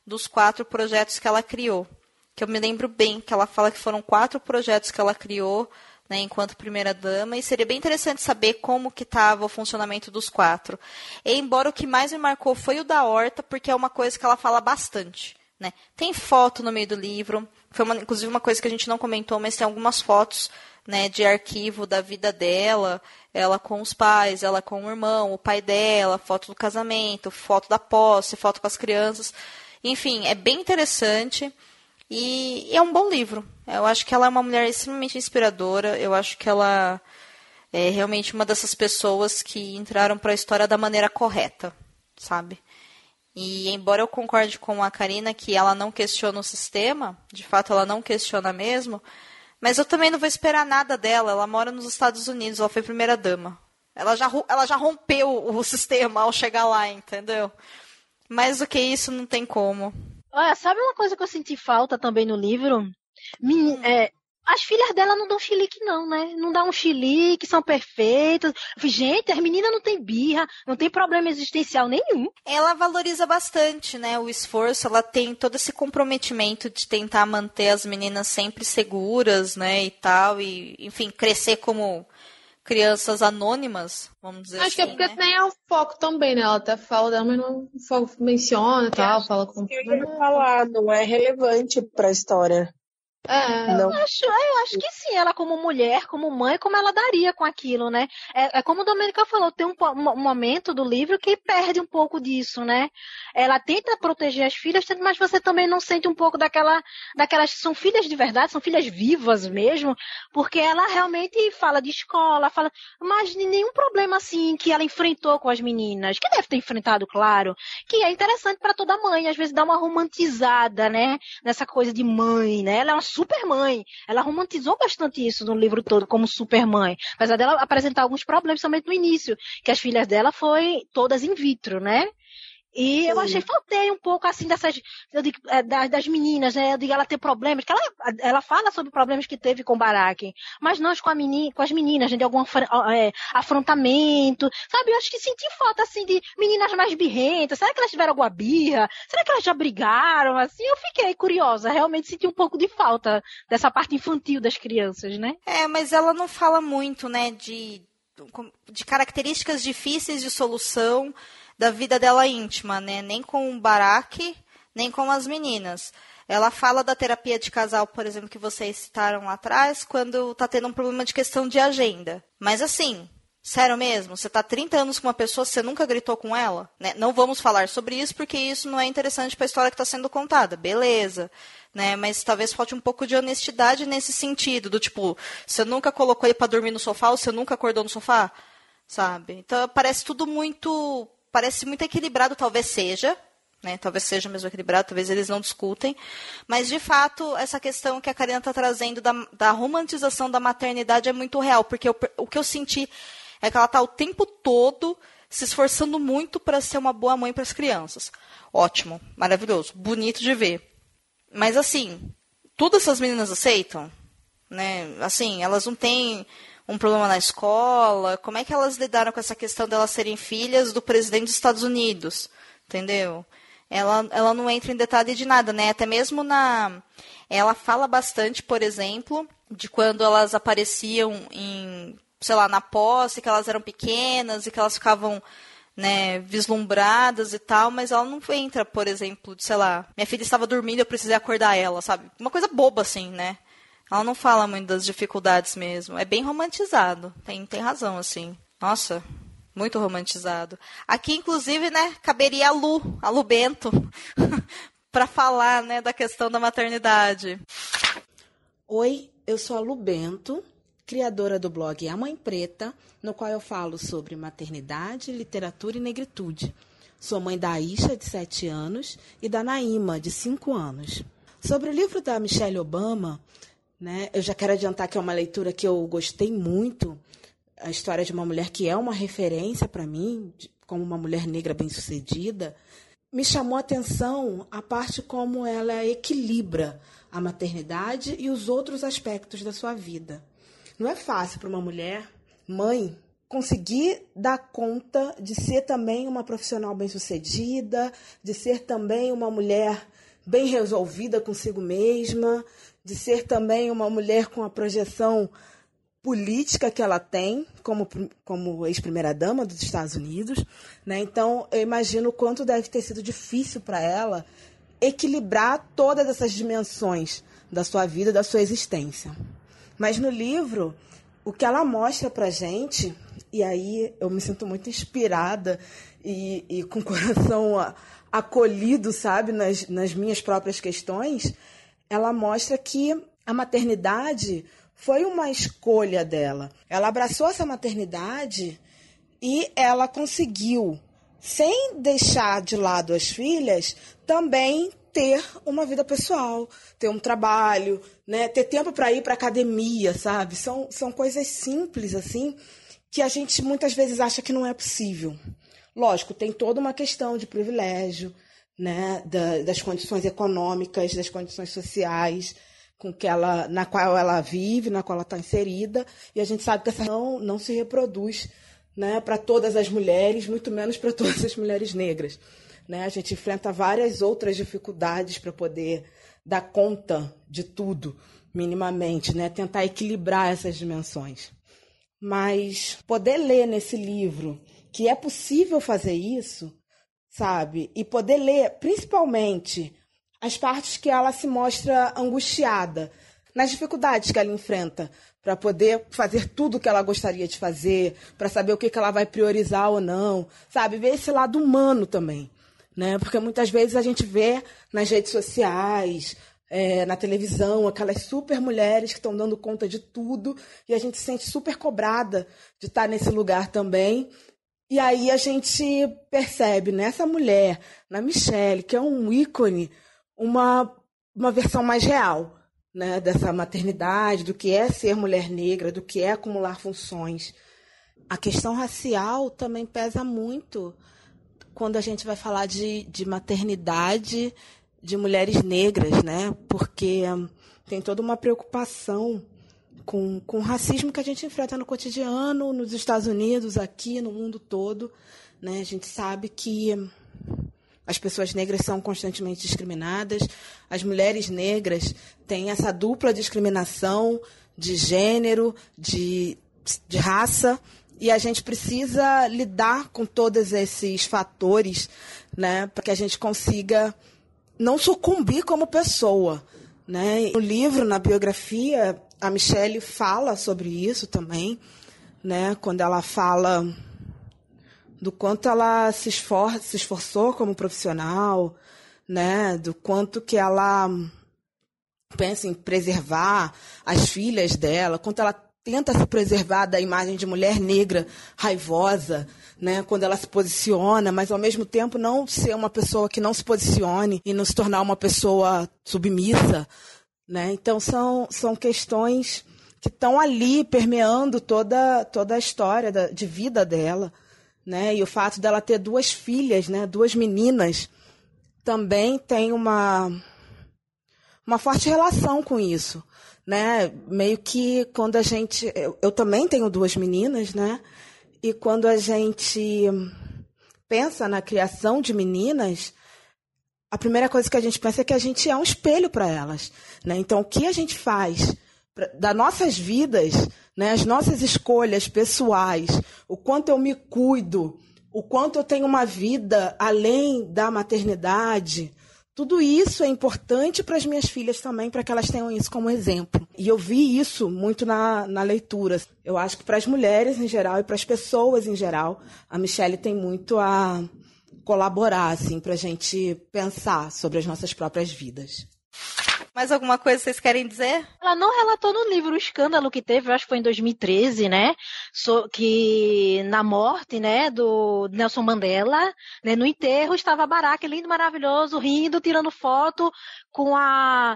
dos 4 projetos que ela criou. Que eu me lembro bem, que ela fala que foram 4 projetos que ela criou, né, enquanto primeira-dama, e seria bem interessante saber como que estava o funcionamento dos 4. E, embora o que mais me marcou foi o da horta, porque é uma coisa que ela fala bastante. Né? Tem foto no meio do livro, foi inclusive uma coisa que a gente não comentou, mas tem algumas fotos, né, de arquivo da vida dela, ela com os pais, ela com o irmão, o pai dela, foto do casamento, foto da posse, foto com as crianças. Enfim, é bem interessante. E é um bom livro. Eu acho que ela é uma mulher extremamente inspiradora. Eu acho que ela é realmente uma dessas pessoas que entraram para a história da maneira correta, sabe? E embora eu concorde com a Karina que ela não questiona o sistema, de fato ela não questiona mesmo, mas eu também não vou esperar nada dela. Ela mora nos Estados Unidos, ela foi primeira-dama. Ela já rompeu o sistema ao chegar lá, entendeu? Mais do que isso, não tem como. Olha, sabe uma coisa que eu senti falta também no livro? As filhas dela não dão chilique não, né? Não dá um chilique, são perfeitas. Gente, as meninas não têm birra, não tem problema existencial nenhum. Ela valoriza bastante, né, o esforço. Ela tem todo esse comprometimento de tentar manter as meninas sempre seguras, né, e tal. E, enfim, crescer como crianças anônimas, vamos dizer assim. Acho que é porque nem é o foco também, né? Ela até fala dela, mas não menciona e tal, fala com... Eu ia falar, não é relevante pra história. Eu acho que sim, ela como mulher, como mãe, como ela daria com aquilo, né? É como o Domênica falou, tem um momento do livro que perde um pouco disso, né? Ela tenta proteger as filhas, mas você também não sente um pouco daquelas, são filhas de verdade, são filhas vivas mesmo, porque ela realmente fala de escola, mas de nenhum problema assim que ela enfrentou com as meninas, que deve ter enfrentado, claro, que é interessante para toda mãe, às vezes dá uma romantizada, né? Nessa coisa de mãe, né? Ela é uma super mãe. Ela romantizou bastante isso no livro todo, como super mãe. Apesar dela apresentar alguns problemas, somente no início, que as filhas dela foi todas in vitro, né? E eu achei, faltei um pouco assim dessas, eu digo, das meninas, né? Eu digo, ela ter problemas, que ela fala sobre problemas que teve com o Barack, mas não com as meninas, né, de algum afrontamento, sabe? Eu acho que senti falta assim de meninas mais birrentas. Será que elas tiveram alguma birra? Será que elas já brigaram? Assim, eu fiquei curiosa, realmente senti um pouco de falta dessa parte infantil das crianças, né? Mas ela não fala muito, né, de características difíceis de solução da vida dela íntima, né? Nem com o Barack, nem com as meninas. Ela fala da terapia de casal, por exemplo, que vocês citaram lá atrás, quando tá tendo um problema de questão de agenda. Mas assim, sério mesmo, você tá 30 anos com uma pessoa, você nunca gritou com ela? Né? Não vamos falar sobre isso, porque isso não é interessante para a história que está sendo contada. Beleza. Né? Mas talvez falte um pouco de honestidade nesse sentido, do tipo, você nunca colocou ele para dormir no sofá ou você nunca acordou no sofá? Sabe? Então parece tudo muito equilibrado, talvez seja, né? Talvez seja mesmo equilibrado, talvez eles não discutem, mas de fato essa questão que a Karina está trazendo da romantização da maternidade é muito real, porque o que eu senti é que ela está o tempo todo se esforçando muito para ser uma boa mãe para as crianças. Ótimo, maravilhoso, bonito de ver. Mas assim, tudo essas meninas aceitam, né? Assim, elas não têm um problema na escola. Como é que elas lidaram com essa questão delas serem filhas do presidente dos Estados Unidos? Entendeu? Ela não entra em detalhe de nada, né? Até mesmo ela fala bastante, por exemplo, de quando elas apareciam na posse, que elas eram pequenas e que elas ficavam, né, vislumbradas e tal, mas ela não entra, por exemplo, minha filha estava dormindo, eu precisei acordar ela, sabe? Uma coisa boba assim, né? Ela não fala muito das dificuldades mesmo. É bem romantizado. Tem razão, assim. Nossa, muito romantizado. Aqui, inclusive, né, caberia a Lu Bento, para falar, né, da questão da maternidade. Oi, eu sou a Lu Bento, criadora do blog A Mãe Preta, no qual eu falo sobre maternidade, literatura e negritude. Sou mãe da Aisha, de 7 anos, e da Naima, de 5 anos. Sobre o livro da Michelle Obama, né, eu já quero adiantar que é uma leitura que eu gostei muito, a história de uma mulher que é uma referência para mim, como uma mulher negra bem-sucedida. Me chamou a atenção a parte como ela equilibra a maternidade e os outros aspectos da sua vida. Não é fácil para uma mulher, mãe, conseguir dar conta de ser também uma profissional bem-sucedida, de ser também uma mulher bem resolvida consigo mesma, de ser também uma mulher com a projeção política que ela tem, como ex-primeira-dama dos Estados Unidos, né? Então, eu imagino o quanto deve ter sido difícil para ela equilibrar todas essas dimensões da sua vida, da sua existência. Mas no livro, o que ela mostra para a gente, e aí eu me sinto muito inspirada e com o coração acolhido, sabe, nas minhas próprias questões, ela mostra que a maternidade foi uma escolha dela. Ela abraçou essa maternidade e ela conseguiu, sem deixar de lado as filhas, também ter uma vida pessoal, ter um trabalho, né? Ter tempo para ir para academia, sabe? São coisas simples, assim, que a gente muitas vezes acha que não é possível. Lógico, tem toda uma questão de privilégio, né? Das condições econômicas, das condições sociais, na qual ela vive, na qual ela está inserida, e a gente sabe que essa não se reproduz, né, para todas as mulheres, muito menos para todas as mulheres negras, né? A gente enfrenta várias outras dificuldades para poder dar conta de tudo, minimamente, né? Tentar equilibrar essas dimensões. Mas poder ler nesse livro que é possível fazer isso, sabe? E poder ler, principalmente, as partes que ela se mostra angustiada, nas dificuldades que ela enfrenta para poder fazer tudo o que ela gostaria de fazer, para saber o que ela vai priorizar ou não, sabe? Ver esse lado humano também, né? Porque muitas vezes a gente vê nas redes sociais, na televisão, aquelas super mulheres que estão dando conta de tudo e a gente se sente super cobrada de estar nesse lugar também. E aí a gente percebe nessa mulher, na Michelle, que é um ícone, uma versão mais real, né, dessa maternidade, do que é ser mulher negra, do que é acumular funções. A questão racial também pesa muito quando a gente vai falar de maternidade de mulheres negras, né? Porque tem toda uma preocupação com o racismo que a gente enfrenta no cotidiano, nos Estados Unidos, aqui, no mundo todo, né? A gente sabe que as pessoas negras são constantemente discriminadas, as mulheres negras têm essa dupla discriminação de gênero, de raça, e a gente precisa lidar com todos esses fatores, né, para que a gente consiga não sucumbir como pessoa, né? No livro, na biografia, a Michelle fala sobre isso também, né, quando ela fala do quanto ela se esforçou como profissional, né? Do quanto que ela pensa em preservar as filhas dela, quanto ela tenta se preservar da imagem de mulher negra raivosa, né? Quando ela se posiciona, mas ao mesmo tempo não ser uma pessoa que não se posicione e não se tornar uma pessoa submissa, né? Então são questões que estão ali permeando toda a história de vida dela, né? E o fato dela ter 2 filhas, né? 2 meninas, também tem uma forte relação com isso, né? Meio que quando a gente... Eu também tenho 2 meninas, né? E quando a gente pensa na criação de meninas, a primeira coisa que a gente pensa é que a gente é um espelho para elas, né? Então, o que a gente faz das nossas vidas, né, as nossas escolhas pessoais, o quanto eu me cuido, o quanto eu tenho uma vida além da maternidade, tudo isso é importante para as minhas filhas também, para que elas tenham isso como exemplo. E eu vi isso muito na leitura. Eu acho que para as mulheres em geral e para as pessoas em geral, a Michelle tem muito a colaborar, assim, para a gente pensar sobre as nossas próprias vidas. Mais alguma coisa vocês querem dizer? Ela não relatou no livro o escândalo que teve, eu acho que foi em 2013, né? Que na morte, né, do Nelson Mandela, né, no enterro estava Barack, lindo, maravilhoso, rindo, tirando foto com a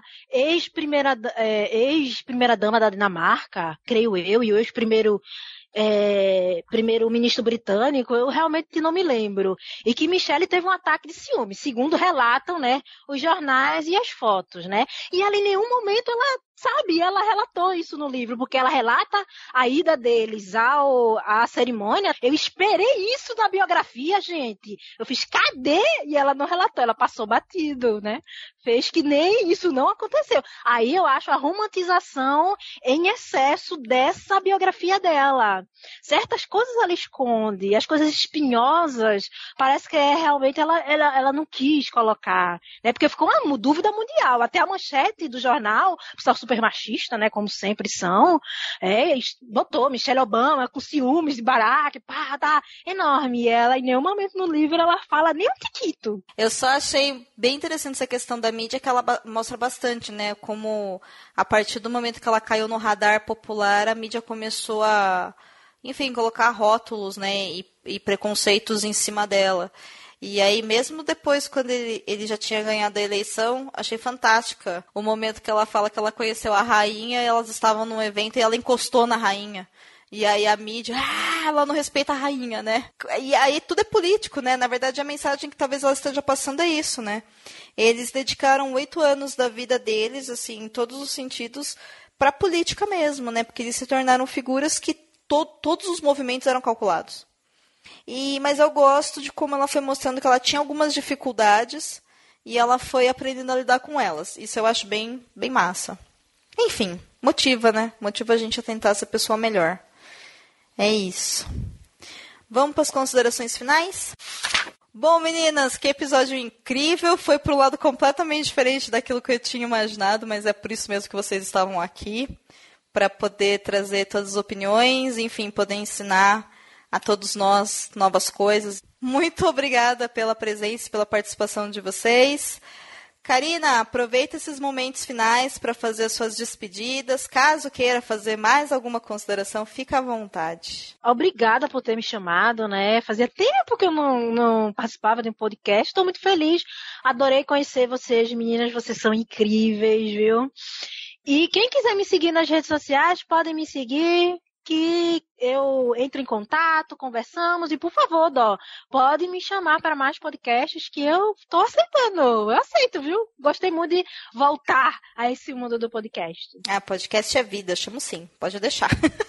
ex-primeira-dama da Dinamarca, creio eu, e o primeiro-ministro britânico, eu realmente não me lembro. E que Michelle teve um ataque de ciúme, segundo relatam, né, os jornais e as fotos, né? E ali em nenhum momento ela sabe? Ela relatou isso no livro, porque ela relata a ida deles à cerimônia. Eu esperei isso na biografia, gente. Eu fiz, cadê? E ela não relatou, ela passou batido, né? Fez que nem isso não aconteceu. Aí eu acho a romantização em excesso dessa biografia dela. Certas coisas ela esconde, as coisas espinhosas, parece que realmente ela não quis colocar, né? Porque ficou uma dúvida mundial. Até a manchete do jornal, pessoal super machista, né? Como sempre são, botou Michelle Obama com ciúmes de Barack, pá, tá enorme. E ela, em nenhum momento no livro, ela fala nem um tiquito. Eu só achei bem interessante essa questão da mídia, que ela mostra bastante, né? Como a partir do momento que ela caiu no radar popular, a mídia começou a, enfim, colocar rótulos, né? E preconceitos em cima dela. E aí, mesmo depois, quando ele já tinha ganhado a eleição, achei fantástica o momento que ela fala que ela conheceu a rainha, elas estavam num evento e ela encostou na rainha. E aí a mídia, ela não respeita a rainha, né? E aí tudo é político, né? Na verdade, a mensagem que talvez ela esteja passando é isso, né? Eles dedicaram 8 anos da vida deles, assim, em todos os sentidos, para a política mesmo, né? Porque eles se tornaram figuras que todos os movimentos eram calculados. Mas eu gosto de como ela foi mostrando que ela tinha algumas dificuldades e ela foi aprendendo a lidar com elas. Isso eu acho bem, bem massa. Enfim, motiva, né? Motiva a gente a tentar ser pessoa melhor. É isso. Vamos para as considerações finais? Bom, meninas, que episódio incrível. Foi para o lado completamente diferente daquilo que eu tinha imaginado, mas é por isso mesmo que vocês estavam aqui, para poder trazer todas as opiniões, enfim, poder ensinar a todos nós novas coisas. Muito obrigada pela presença e pela participação de vocês. Karina, aproveita esses momentos finais para fazer as suas despedidas. Caso queira fazer mais alguma consideração, fica à vontade. Obrigada por ter me chamado, né? Fazia tempo que eu não participava de um podcast. Estou muito feliz. Adorei conhecer vocês, meninas. Vocês são incríveis, viu? E quem quiser me seguir nas redes sociais, podem me seguir, que eu entro em contato, conversamos, e por favor, pode me chamar para mais podcasts que eu estou aceitando. Eu aceito, viu? Gostei muito de voltar a esse mundo do podcast. Podcast é vida, chamo sim, pode deixar.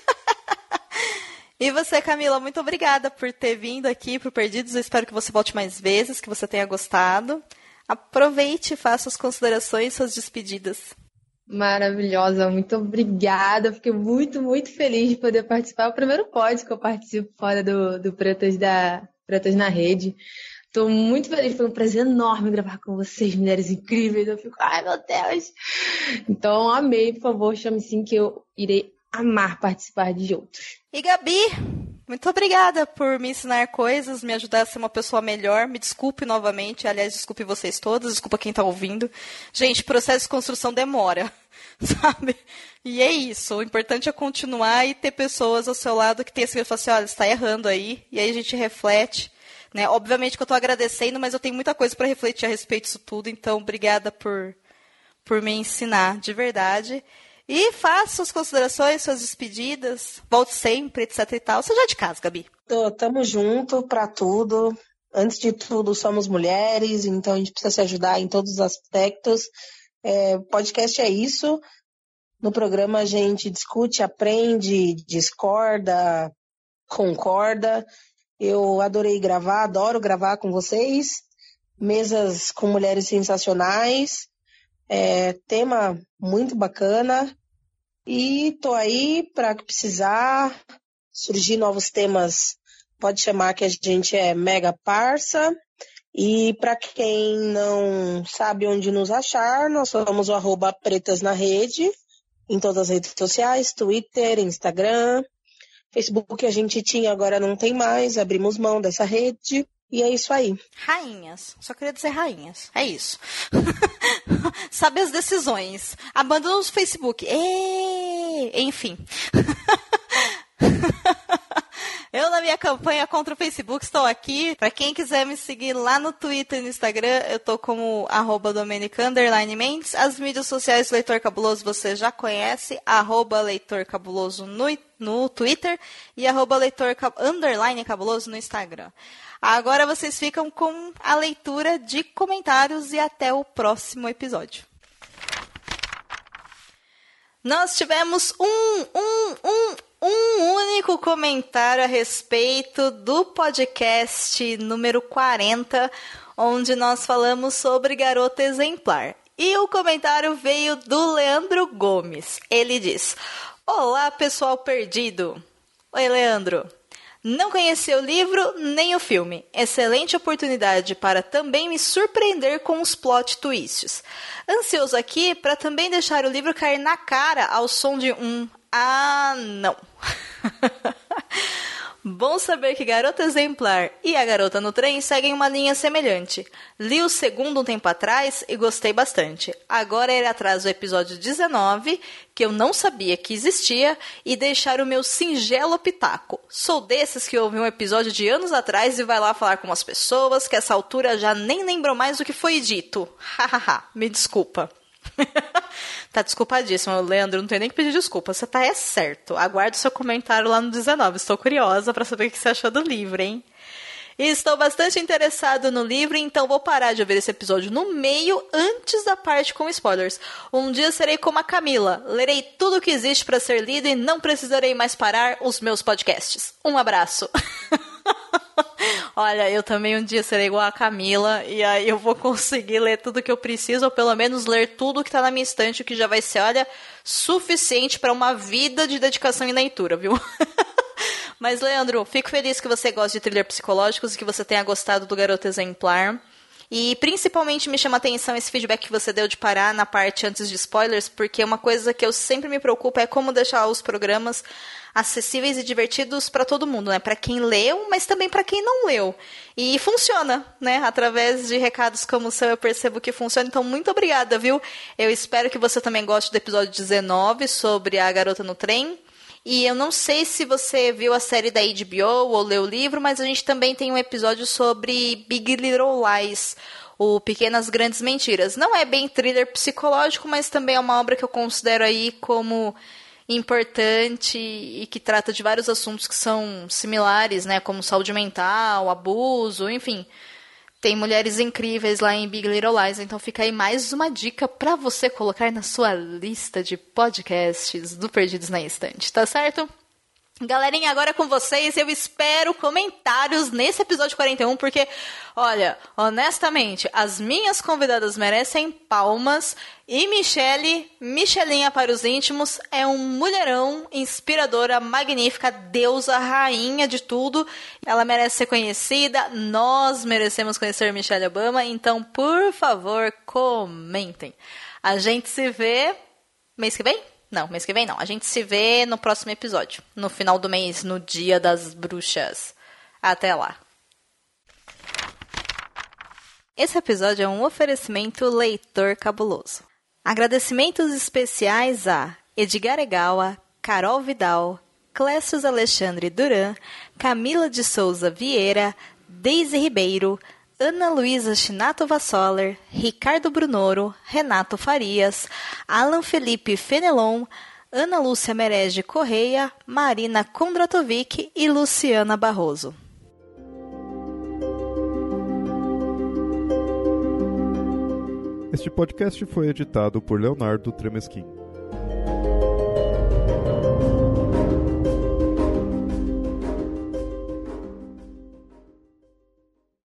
E você, Camila, muito obrigada por ter vindo aqui pro Perdidos. Eu espero que você volte mais vezes, que você tenha gostado. Aproveite e faça as considerações, suas despedidas. Maravilhosa, muito obrigada. Fiquei muito, muito feliz de poder participar. É o primeiro pod que eu participo fora do Pretas na Rede. Estou muito feliz, foi um prazer enorme gravar com vocês, mulheres incríveis. Eu fico, ai meu Deus. Então, amei, por favor, chame sim que eu irei amar participar de outros. E Gabi, muito obrigada por me ensinar coisas, me ajudar a ser uma pessoa melhor. Me desculpe novamente, aliás, desculpe vocês todos, desculpa quem está ouvindo. Gente, processo de construção demora, sabe? E é isso, o importante é continuar e ter pessoas ao seu lado que tenham assim, falar assim, olha, você está errando aí, e aí a gente reflete, né? Obviamente que eu estou agradecendo, mas eu tenho muita coisa para refletir a respeito disso tudo, então obrigada por me ensinar, de verdade. E faça suas considerações, suas despedidas. Volte sempre, etc e tal. Você já é de casa, Gabi? Tamo junto pra tudo. Antes de tudo, somos mulheres, então a gente precisa se ajudar em todos os aspectos. Podcast é isso. No programa a gente discute, aprende, discorda, concorda. Eu adorei gravar, adoro gravar com vocês. Mesas com mulheres sensacionais. Tema muito bacana e tô aí para que precisar surgir novos temas, pode chamar que a gente é mega parça. E para quem não sabe onde nos achar, nós somos o @pretas na rede em todas as redes sociais, Twitter, Instagram, Facebook a gente tinha, agora não tem mais, abrimos mão dessa rede. E é isso aí. Rainhas. Só queria dizer rainhas. É isso. Sabe as decisões. Abandona o Facebook. Enfim. Eu, na minha campanha contra o Facebook, estou aqui. Para quem quiser me seguir lá no Twitter e no Instagram, eu tô como @Domenica_Mendes. As mídias sociais do Leitor Cabuloso você já conhece. @Leitor Cabuloso no Twitter e @Leitor_Cabuloso no Instagram. Agora vocês ficam com a leitura de comentários e até o próximo episódio. Nós tivemos um único comentário a respeito do podcast número 40, onde nós falamos sobre Garota Exemplar. E o comentário veio do Leandro Gomes. Ele diz: olá, pessoal perdido. Oi, Leandro. Não conheci o livro nem o filme. Excelente oportunidade para também me surpreender com os plot twists. Ansioso aqui para também deixar o livro cair na cara ao som de não. Bom saber que Garota Exemplar e A Garota no Trem seguem uma linha semelhante. Li o segundo um tempo atrás e gostei bastante. Agora é ir atrás do episódio 19, que eu não sabia que existia, e deixar o meu singelo pitaco. Sou desses que ouvi um episódio de anos atrás e vai lá falar com umas pessoas que a essa altura já nem lembram mais do que foi dito. Hahaha, me desculpa. Tá desculpadíssimo, Leandro, não tem nem que pedir desculpa, você tá certo. Aguardo seu comentário lá no 19, estou curiosa pra saber o que você achou do livro, hein? E estou bastante interessado no livro, então vou parar de ouvir esse episódio no meio, antes da parte com spoilers. Um dia serei como a Camila, lerei tudo que existe pra ser lido e não precisarei mais parar os meus podcasts. Um abraço. Olha, eu também um dia serei igual a Camila, e aí eu vou conseguir ler tudo que eu preciso, ou pelo menos ler tudo que tá na minha estante, o que já vai ser, olha, suficiente para uma vida de dedicação e leitura, viu? Mas, Leandro, fico feliz que você goste de thriller psicológicos e que você tenha gostado do Garota Exemplar. E principalmente me chama a atenção esse feedback que você deu de parar na parte antes de spoilers, porque uma coisa que eu sempre me preocupo é como deixar os programas acessíveis e divertidos para todo mundo, né? Para quem leu, mas também para quem não leu. E funciona, né? Através de recados como o seu, eu percebo que funciona. Então, muito obrigada, viu? Eu espero que você também goste do episódio 19 sobre A Garota no Trem. E eu não sei se você viu a série da HBO ou leu o livro, mas a gente também tem um episódio sobre Big Little Lies, o Pequenas Grandes Mentiras. Não é bem thriller psicológico, mas também é uma obra que eu considero aí como importante e que trata de vários assuntos que são similares, né, como saúde mental, abuso, enfim. Tem mulheres incríveis lá em Big Little Lies, então fica aí mais uma dica para você colocar na sua lista de podcasts do Perdidos na Estante, tá certo? Galerinha, agora é com vocês, eu espero comentários nesse episódio 41, porque, olha, honestamente, as minhas convidadas merecem palmas, e Michelinha para os íntimos, é um mulherão, inspiradora, magnífica, deusa, rainha de tudo, ela merece ser conhecida, nós merecemos conhecer Michelle Obama, então, por favor, comentem. A gente se vê mês que vem? Não, mês que vem não. A gente se vê no próximo episódio. No final do mês, no Dia das Bruxas. Até lá. Esse episódio é um oferecimento Leitor Cabuloso. Agradecimentos especiais a Edgar Egawa, Carol Vidal, Clécius Alexandre Duran, Camila de Souza Vieira, Deise Ribeiro, Ana Luísa Chinato Vassoler, Ricardo Brunoro, Renato Farias, Alan Felipe Fenelon, Ana Lúcia Merege Correia, Marina Kondratovic e Luciana Barroso. Este podcast foi editado por Leonardo Tremesquim.